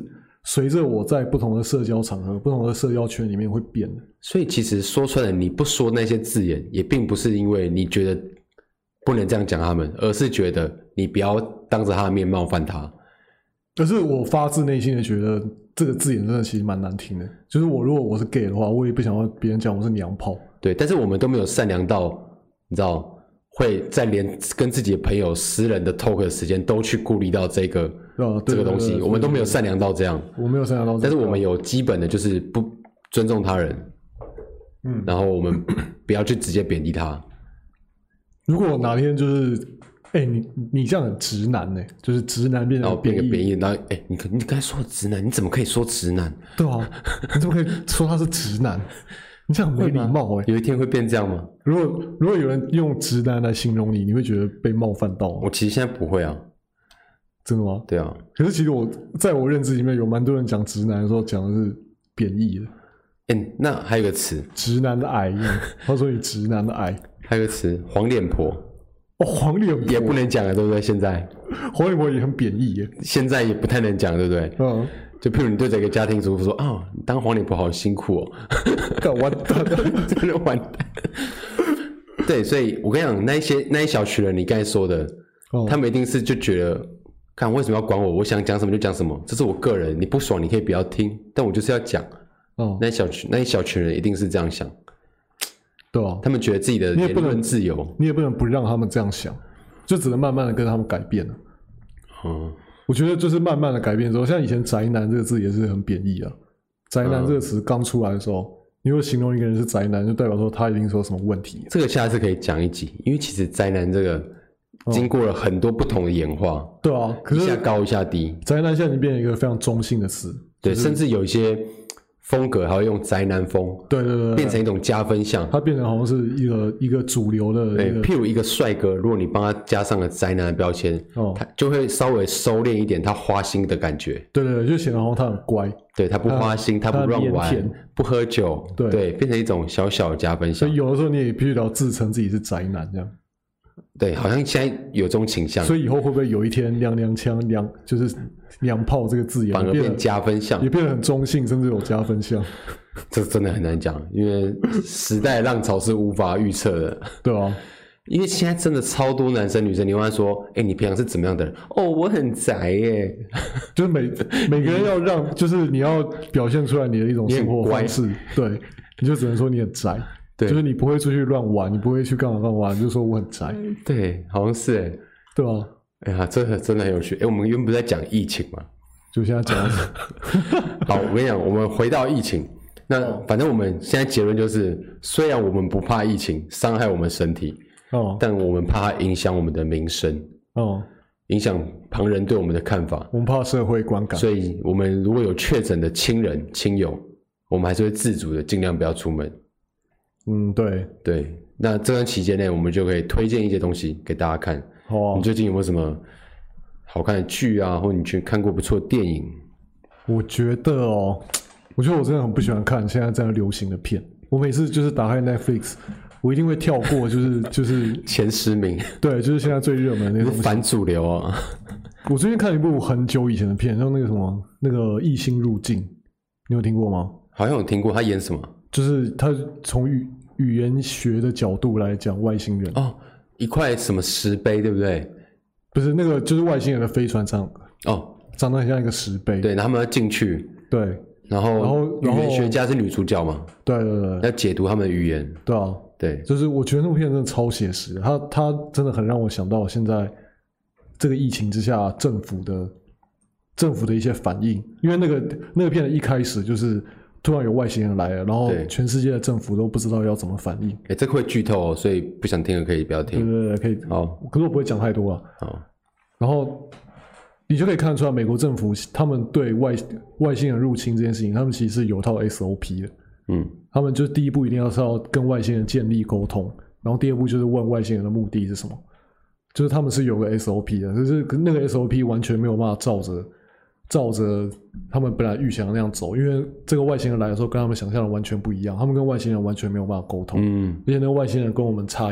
随着我在不同的社交场合、不同的社交圈里面会变的。 所以其实说出来，你不说那些字眼，也并不是因为你觉得不能这样讲他们，而是觉得你不要当着他的面冒犯他。 可是我发自内心的觉得这个字眼真的其实蛮难听的。就是如果我是 gay 的话，我也不想要别人讲我是娘炮。 对，但是我们都没有善良到，你知道，会在连跟自己的朋友私人的 talk 的时间都去顾虑到这个东西，我们都没有善良到这样。 我没有善良到这样， 但是我们有基本的就是不尊重他人，然后我们不要去直接贬低他。 如果哪天就是，你这样很直男呢，就是直男变成贬义，然后你刚才说直男，你怎么可以说直男？ 对啊，你怎么可以说他是直男？你这样很没礼貌有一天会变这样吗？ 如果有人用直男来形容你，你会觉得被冒犯到吗？ 我其实现在不会啊。 真的吗？ 对啊。 可是其实在我认知里面有蛮多人讲直男的时候讲的是贬义的。 那还有个词， 直男的癌，他说你直男的癌。 还有个词，黄脸婆。 黄脸婆也不能讲了，对不对？现在黄脸婆也很贬义耶， 现在也不太能讲，对不对？就譬如你对这个家庭主妇说你当黄脸婆好辛苦哦， 完蛋了， 真的完蛋。对，所以我跟你讲，那一小群人，你刚才说的，他们一定是就觉得，看为什么要管我？我想讲什么就讲什么，这是我个人，你不爽你可以不要听，但我就是要讲。那一小群人一定是这样想。 对啊， 他们觉得自己的言论自由， 你也不能不让他们这样想，就只能慢慢的跟他们改变了。我觉得就是慢慢的改变之后，像以前宅男这个字也是很贬义啊。宅男这个词刚出来的时候，你如果形容一个人是宅男，就代表说他一定是有什么问题。 这个下次可以讲一集，因为其实宅男这个经过了很多不同的演化。 对啊，可是一下高一下低。宅男现在已经变成一个非常中性的词， 对，甚至有一些风格还会用宅男风， 对， 变成一种加分项， 它变成好像是一个主流的譬如一个帅哥，如果你帮他加上了宅男的标签，他就会稍微收敛一点他花心的感觉， 对，就显得好像他很乖， 对，他不花心，他不乱玩，不喝酒，对，变成一种小小的加分项。 所以有的时候你也必须要自称自己是宅男这样。 对，好像现在有这种倾向， 所以以后会不会有一天娘腔就是娘炮这个字眼反而变加分项， 也变得很中性，甚至有加分项？ 这真的很难讲，因为时代浪潮是无法预测的。 对啊， 因为现在真的超多男生女生，你问他说：“你平常是怎么样的人？”我很宅耶。 就是每个人要让，就是你要表现出来你的一种生活方式，对，你就只能说你很宅。对，就是你不会出去乱玩，你不会去干嘛，你就说我很宅。 对，好像是对吧？ 这个真的很有趣。我们原本不是在讲疫情嘛， 就现在讲到好，我跟你讲，我们回到疫情，那反正我们现在结论就是，虽然我们不怕疫情伤害我们身体，但我们怕它影响我们的名声，影响旁人对我们的看法， 我们怕社会观感， 所以我们如果有确诊的亲人亲友，我们还是会自主的尽量不要出门。对，那这段期间内，我们就可以推荐一些东西给大家看。你最近有没有什么好看的剧啊，或者你去看过不错的电影？ 我觉得我真的很不喜欢看现在这样流行的片。我每次就是打开 Netflix， 我一定会跳过，就是前 10名。 对，就是现在最热门的那种反主流啊。 我最近看一部很久以前的片，像那个异星入境，你有听过吗？ 好像有听过，他演什么？ 就是他从语言学的角度来讲外星人一块什么石碑对不对？ 不是，那个就是外星人的飞船长得很像一个石碑。 对，他们要进去， 对， 然后语言学家是女主角嘛？ 对， 要解读他们的语言。 对啊， 对， 就是我觉得那部片真的超写实的，它真的很让我想到现在这个疫情之下政府的一些反应，因为那个片的一开始就是突然有外星人来了，然后全世界的政府都不知道要怎么反应。 这个会剧透所以不想听的可以不要听。 对，可以。好，可是我不会讲太多啊。好，然后你就可以看得出来，美国政府他们对外星人入侵这件事情，他们其实是有套 SOP 的。他们就是第一步一定要跟外星人建立沟通，然后第二步就是问外星人的目的是什么，就是他们是有个 SOP 的，可是那个 SOP 完全没有办法照着他们本来预想的那样走，因为这个外星人来的时候跟他们想象的完全不一样，他们跟外星人完全没有办法沟通，而且那个外星人跟我们差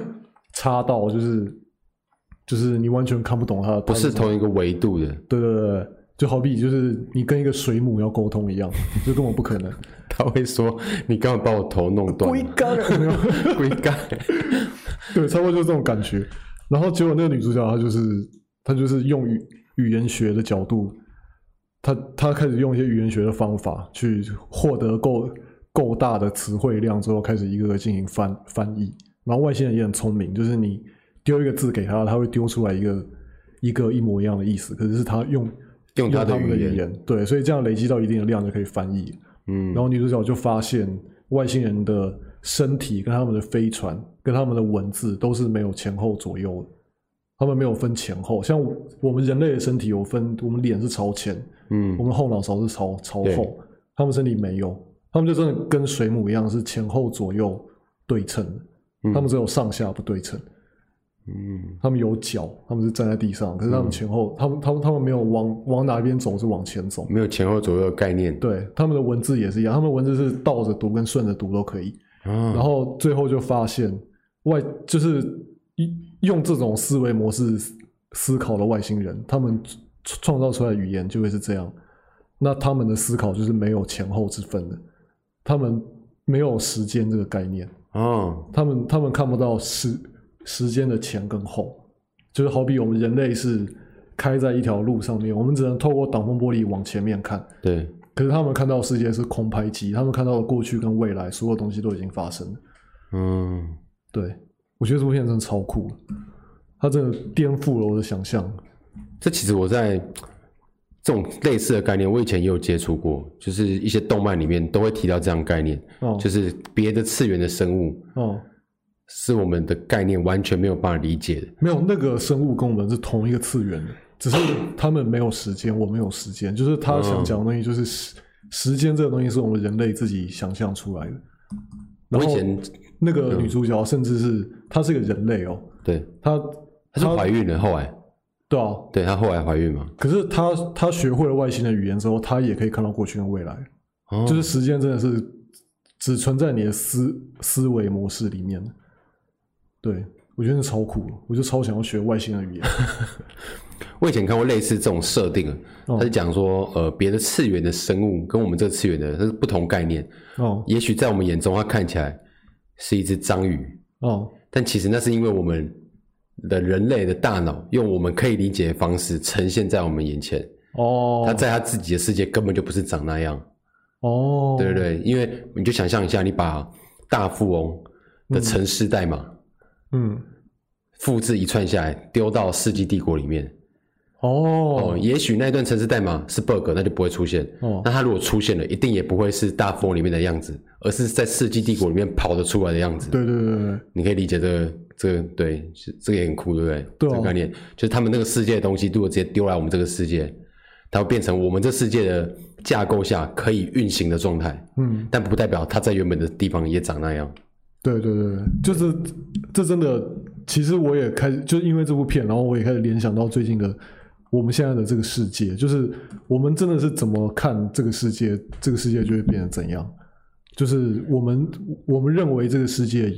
到就是你完全看不懂他的， 不是同一个维度的。 对， 就好比就是你跟一个水母要沟通一样，就根本不可能。 他会说你刚好把我头弄断， 龟缸有没有？ 龟缸， 对，差不多就是这种感觉。然后结果那个女主角她就是用语言学的角度，她开始用一些语言学的方法去获得够大的词汇量之后，开始一个个进行翻译。然后外星人也很聪明，就是你丢一个字给他会丢出来一个一模一样的意思，可是他用他们的语言， 对，所以这样累积到一定的量就可以翻译。然后女主角就发现外星人的身体跟他们的飞船跟他们的文字都是没有前后左右的，他们没有分前后。像我们人类的身体有分，我们脸是朝前，我们后脑勺是朝后，他们身体没有，他们就真的跟水母一样是前后左右对称的，他们只有上下不对称。他们有脚，他们是站在地上，可是他们前后，他们没有往哪边走，是往前走， 没有前后左右的概念。 对，他们的文字也是一样，他们的文字是倒着读跟顺着读都可以。然后最后就发现就是用这种思维模式思考的外星人，他们创造出来的语言就会是这样。那他们的思考就是没有前后之分的，他们没有时间这个概念。他们看不到时间的前跟后，就是好比我们人类是开在一条路上面，我们只能透过挡风玻璃往前面看。 对。 可是他们看到的世界是空拍机，他们看到的过去跟未来，所有东西都已经发生了。对，我觉得这部片真的超酷，它真的颠覆了我的想象。 这其实我在这种类似的概念，我以前也有接触过，就是一些动漫里面都会提到这样的概念，就是别的次元的生物。是我们的概念完全没有办法理解的。 没有，那个生物跟我们是同一个次元的，只是他们没有时间，我们有时间。就是他想讲的东西，就是时间这个东西是我们人类自己想象出来的。然后那个女主角甚至是她是个人类哦， 对，她是怀孕了，后来。 对啊， 对，她后来怀孕嘛。 可是她学会了外星的语言之后，她也可以看到过去跟未来。就是时间真的是只存在你的思维模式里面。对，我觉得那超酷，我就超想要学外星的语言。 我以前看过类似这种设定，他是讲说，别的次元的生物跟我们这个次元的，它是不同概念。也许在我们眼中，它看起来是一只章鱼。但其实那是因为我们的人类的大脑用我们可以理解的方式呈现在我们眼前。它在它自己的世界根本就不是长那样。对对对，因为你就想象一下，你把大富翁的程式代码。复制一串下来丢到世纪帝国里面。也许那一段程式代码是 bug， 那就不会出现。那它如果出现了，一定也不会是大富翁里面的样子，而是在世纪帝国里面跑得出来的样子。 对对对对， 你可以理解这个对，这个也很酷，对不对？ 对， 这个概念就是他们那个世界的东西，如果直接丢来我们这个世界，它会变成我们这世界的架构下可以运行的状态。但不代表它在原本的地方也长那样。 对对对，就是这真的，其实我也开始就是因为这部片，然后我也开始联想到最近的我们现在的这个世界，就是我们真的是怎么看这个世界，这个世界就会变成怎样。就是我们认为这个世界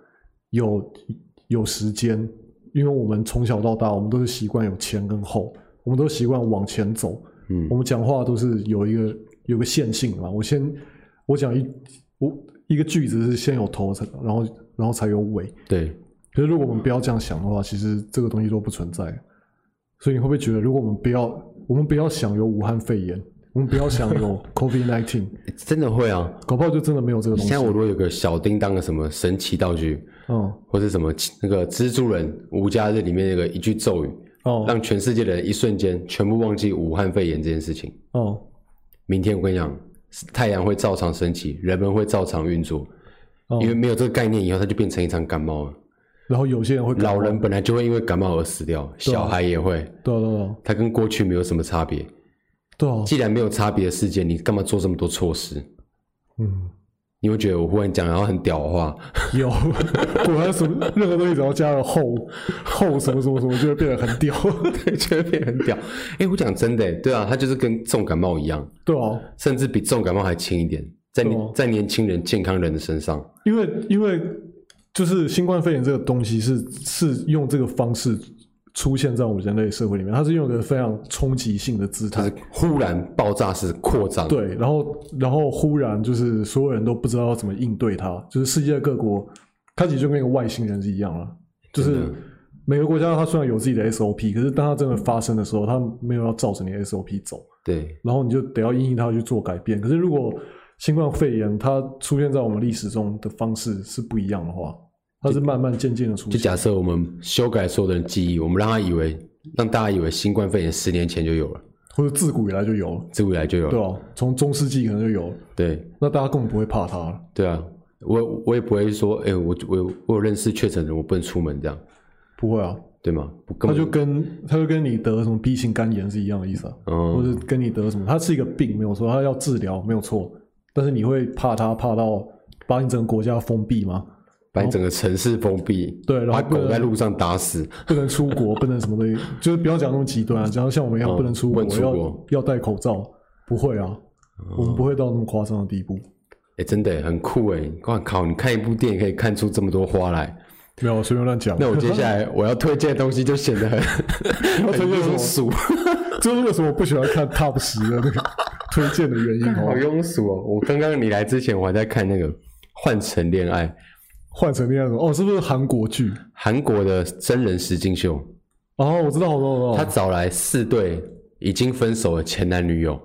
有时间，因为我们从小到大，我们都是习惯有前跟后，我们都习惯往前走。我们讲话都是有一个线性嘛。我讲一个句子是先有头，然后才有尾。对。可是如果我们不要这样想的话，其实这个东西都不存在。所以你会不会觉得，如果我们不要想有武汉肺炎，我们不要想有 COVID-19， 真的会啊， 搞不好就真的没有这个东西。 现在我如果有个小叮当的什么神奇道具，或是什么那个蜘蛛人无家日里面那个一句咒语，让全世界的人一瞬间全部忘记武汉肺炎这件事情。明天我跟你讲，太阳会照常升起，人们会照常运作，因为没有这个概念以后，它就变成一场感冒了。 然后有些人会老人本来就会因为感冒而死掉，小孩也会。对，它跟过去没有什么差别。对啊，既然没有差别的世界，你干嘛做这么多措施？你会觉得我忽然讲然后很屌的话， 有果然什么任何东西只要加了后什么什么什么就会变得很屌。 对，就会变得很屌。我讲真的，对啊，它就是跟重感冒一样。对啊，甚至比重感冒还轻一点，在年轻人健康人的身上。因为就是新冠肺炎这个东西是用这个方式出现在我们人类社会里面，它是用一个非常冲击性的姿态， 它是忽然爆炸式扩张。 对，然后忽然就是所有人都不知道要怎么应对它，就是世界各国，它其实就跟一个外星人是一样了，就是每个国家它虽然有自己的 SOP， 可是当它真的发生的时候，它没有要照着你的 SOP 走， 对， 然后你就得要因应它去做改变。可是如果新冠肺炎它出现在我们历史中的方式是不一样的话，它是慢慢渐渐的出现。 就假设我们修改所有的人记忆，我们让大家以为新冠肺炎10年前就有了， 或者自古以来就有了，对啊，从中世纪可能就有了，对，那大家根本不会怕它了。 对啊，我也不会说，我有认识确诊人，我不能出门这样， 不会啊， 对吗？ 它就跟你得什么 B 型肝炎是一样的意思啊，或者跟你得什么，它是一个病没有错，它要治疗没有错，但是你会怕它怕到把你整个国家封闭吗？ 把你整个城市封闭， 对，然后把狗在路上打死， 不能出国，不能什么东西，就是不要讲那么极端啊，讲像我们一样不能出国，要戴口罩，不会啊，我们不会到那么夸张的地步。 真的很酷哇靠！你看一部电影可以看出这么多花来， 没有随便乱讲。 那我接下来我要推荐的东西就显得很庸俗， 这是为什么我不喜欢看 Top 10的那个推荐的原因。 好庸俗哦！我刚刚你来之前我还在看那个《换乘恋爱》。 换成那样子是不是韩国剧？ 韩国的真人实境秀。 我知道。 他找来4对已经分手的前男女友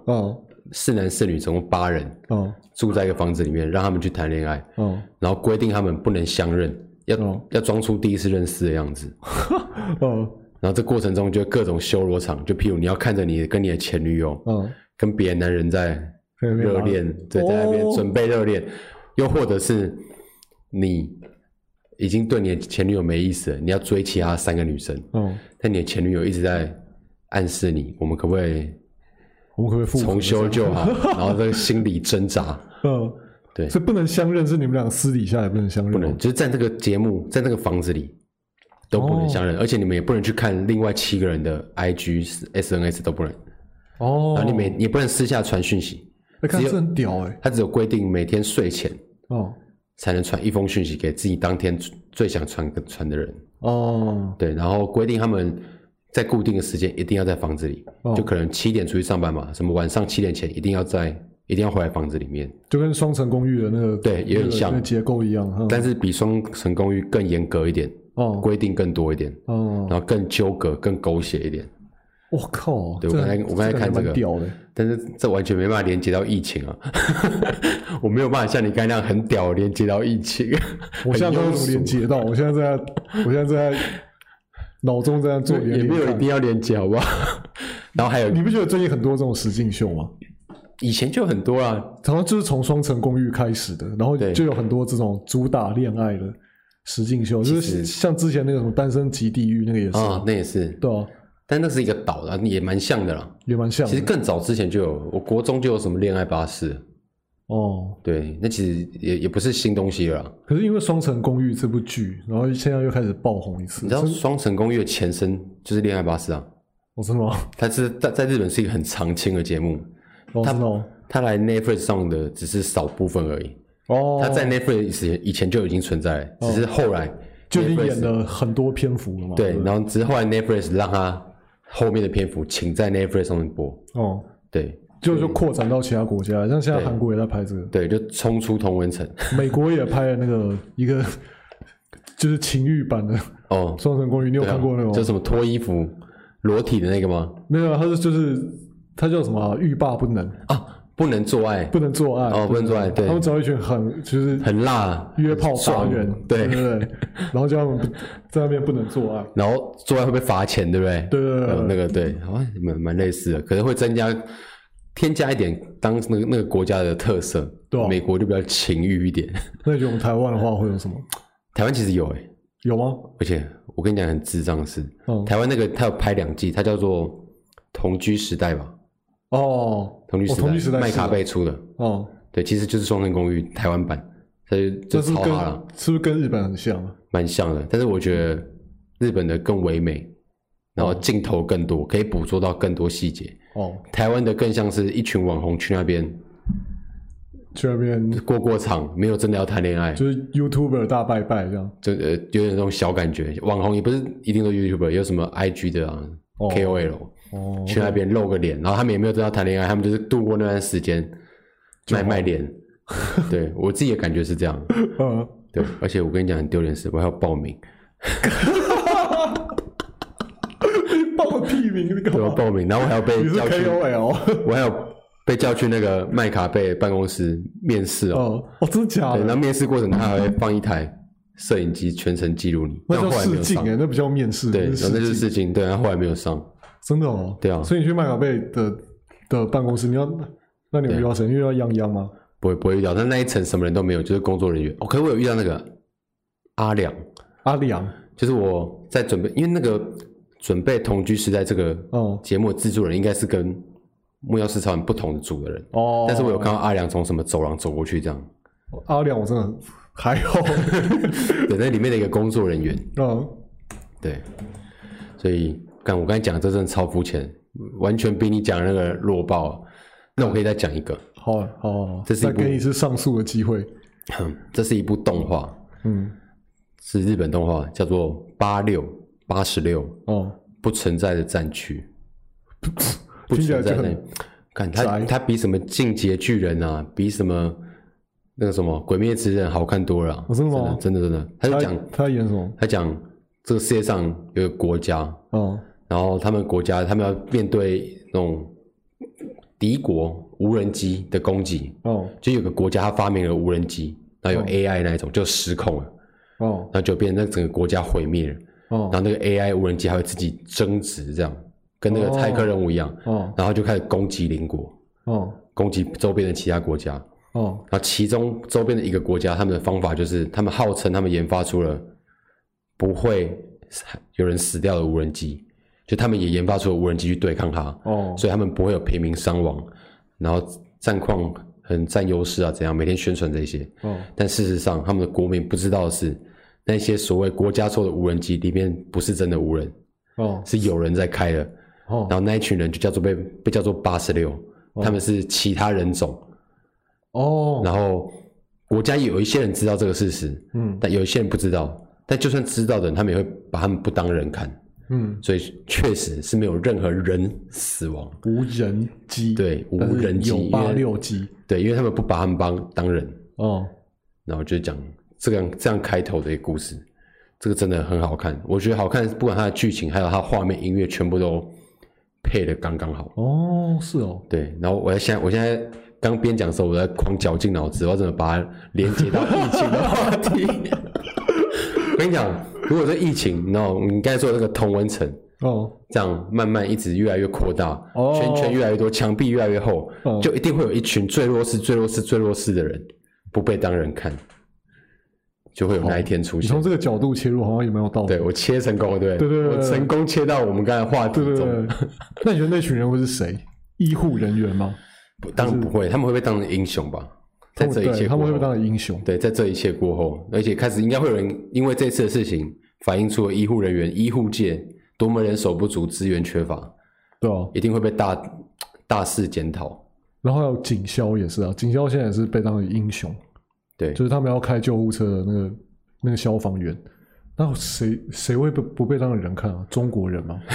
，4男4女，总共8人，住在一个房子里面，让他们去谈恋爱，然后规定他们不能相认，要装出第一次认识的样子，然后这过程中就各种修罗场，就譬如你要看着你跟你的前女友，跟别的男人在热恋，对，在那边准备热恋，又或者是你已经对你的前女友没意思了，你要追其他3个女生，但你的前女友一直在暗示你，我们可不可以重修旧好，然后这个心理挣扎，对， 所以不能相认，是你们俩私底下也不能相认， 不能，就是在这个节目，在那个房子里都不能相认，而且你们也不能去看另外7个人的 IG、SNS 都不能，然后你也不能私下传讯息， 看这很屌他只有规定每天睡前才能传1封讯息给自己当天最想传的人。对，然后规定他们在固定的时间一定要在房子里，就可能7点出去上班嘛，什么晚上7点前一定要回来房子里面， 就跟双层公寓的那个对也很像， 那个结构一样， 但是比双层公寓更严格一点，规定更多一点，然后更纠葛、更狗血一点。 我靠！ 对，我刚才看这个，但是这完全没办法连接到疫情啊！我没有办法像你刚才那样很屌连接到疫情。 我现在都怎么连接到？我现在在脑中这样做连接， 也没有一定要连接，好不好？然后还有， 你不觉得最近很多这种实境秀吗？ 以前就很多啊， 好像就是从双层公寓开始的，然后就有很多这种主打恋爱的实境秀，就是像之前那个什么《单身即地狱》那个也是那也是， 对啊。 但那是一个岛的，也蛮像的啦， 也蛮像的。 其实更早之前就有，我国中就有什么恋爱巴士。对，那其实也不是新东西了啦。 可是因为《双层公寓》这部剧，然后现在又开始爆红一次。 你知道《双层公寓》的前身就是恋爱巴士啊？ 真的吗？ 它是在日本是一个很常青的节目。它来 Netflix 上的只是少部分而已。它在 Netflix 以前就已经存在了，只是后来就已经演了很多篇幅了嘛。 对，然后只是后来 Netflix 让它后面的篇幅请在 Netflix 上面播。对，就扩展到其他国家，像现在韩国也在拍这个。 对，就冲出同温层。 美国也拍了那个一个就是情欲版的双层公寓，你有看过那个吗？ 就什么脱衣服裸体的那个吗？ 没有，他叫什么欲罢不能啊。不能做爱， 不能做爱不能做爱。对， 他们找一群就是很辣约炮达人，对，然后叫他们在那边不能做爱， 然后做爱会被罚钱，对不对？ 对， 那个对，蛮类似的，可能会添加一点当那个国家的特色。对，美国就比较情欲一点。 那你觉得我们台湾的话会有什么？ 台湾其实有有吗？ 而且我跟你讲很智障的是，台湾那个他有拍2季，它叫做《同居时代》吧。同居时代麦卡贝出的对，其实就是双层公寓台湾版，就超哈了， 是不是跟日本很像啊？ 蛮像的，但是我觉得日本的更唯美，然后镜头更多，可以捕捉到更多细节。台湾的更像是一群网红去那边， 去那边过场，没有真的要谈恋爱， 就是 YouTuber 大拜拜这样， 就有点那种小感觉。网红也不是一定都 YouTuber， 有什么 IG 的啊、KOL， 去那边露个脸，然后他们也没有真的要谈恋爱，他们就是度过那段时间卖脸。对，我自己的感觉是这样。对，而且我跟你讲很丢脸的是，我还要报名。 报屁名那个？ 对，我报名，然后我还要被叫去 KOL， 我还有被叫去那个麦卡贝办公室面试真的假的？ 对，然后面试过程他还会放一台摄影机全程记录你。 那叫试镜那不叫面试。 对，然后那就是试镜，对，然后后来没有上。 真的哦？ 对啊。 所以你去麦卡贝的办公室，那你有遇到谁？遇到泱泱吗？ 不会遇到，但那一层什么人都没有，就是工作人员。可是我有遇到那个阿良，就是我在准备，因为那个准备同居时代这个节目的制作人应该是跟木曜4超人不同的组的人但是我有看到阿良从什么走廊走过去这样。 阿良我真的还好。 对，那里面的一个工作人员。对，所以我刚才讲的这真的超肤浅，完全比你讲的那个弱爆。那我可以再讲一个。好，再给你一次上诉的机会。这是一部动画，是日本动画，叫做86不存在的战区。不存在的，看他比什么进阶巨人啊，比什么那个什么鬼灭之刃好看多了。 真的吗？ 真的。他就讲他演什么？ 他讲这个世界上有一个国家，然后他们国家他们要面对那种敌国无人机的攻击，就有个国家他发明了无人机，然后有 AI 那一种就失控了，然后就变成那整个国家毁灭了，然后那个 AI 无人机还会自己增值，这样跟那个骇客任务一样，然后就开始攻击邻国，攻击周边的其他国家，然后其中周边的一个国家，他们的方法就是他们号称他们研发出了不会有人死掉的无人机。就他们也研发出了无人机去对抗它，所以他们不会有平民伤亡，然后战况很占优势啊，怎样每天宣传这些，但事实上他们的国民不知道的是，那些所谓国家做的无人机里面不是真的无人，是有人在开的，然后那一群人就叫做被叫做86，他们是其他人种，然后国家有一些人知道这个事实，但有一些人不知道，但就算知道的人，他们也会把他们不当人看。所以确实是没有任何人死亡， 无人机， 对，无人机， 有86机， 对，因为他们不把他们当人，然后就讲这样开头的一个故事，这个真的很好看，我觉得好看，不管它的剧情还有它画面、音乐，全部都配得刚刚好。 是哦， 对，然后我现在刚边讲的时候，我在狂绞尽脑汁，我要怎么把它连接到疫情的话题？我跟你讲。如果是疫情，你刚才说的那个同温层，这样慢慢一直越来越扩大，圈圈越来越多，墙壁越来越厚，就一定会有一群最弱势的人不被当人看，就会有那一天出现。 你从这个角度切入，好像也蛮有道理。 对，我切成功了，对，我成功切到我们刚才话题中。 那你觉得那群人会是谁？医护人员吗？ 当然不会，他们会被当成英雄吧？在这一切过后， 他们会被当成英雄。 对，在这一切过后，而且开始应该会有人因为这次的事情反映出了医护人员、医护界多么人手不足、资源缺乏。 对啊， 一定会被大肆检讨。 然后还有警消也是啊，警消现在也是被当成英雄。 对， 就是他们要开救护车的那个消防员。那谁会不被当成人看啊？中国人吗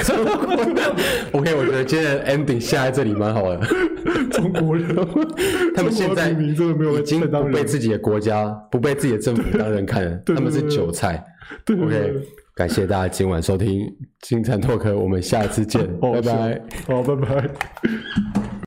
？OK， 我觉得今天的 ending 下在这里蛮好的。 中国人， 他们现在真的没有已经不被自己的国家、不被自己的政府当人看了，他们是韭菜。OK， 感谢大家今晚收听金蝉拓客，我们下次见，拜拜。 好，拜拜。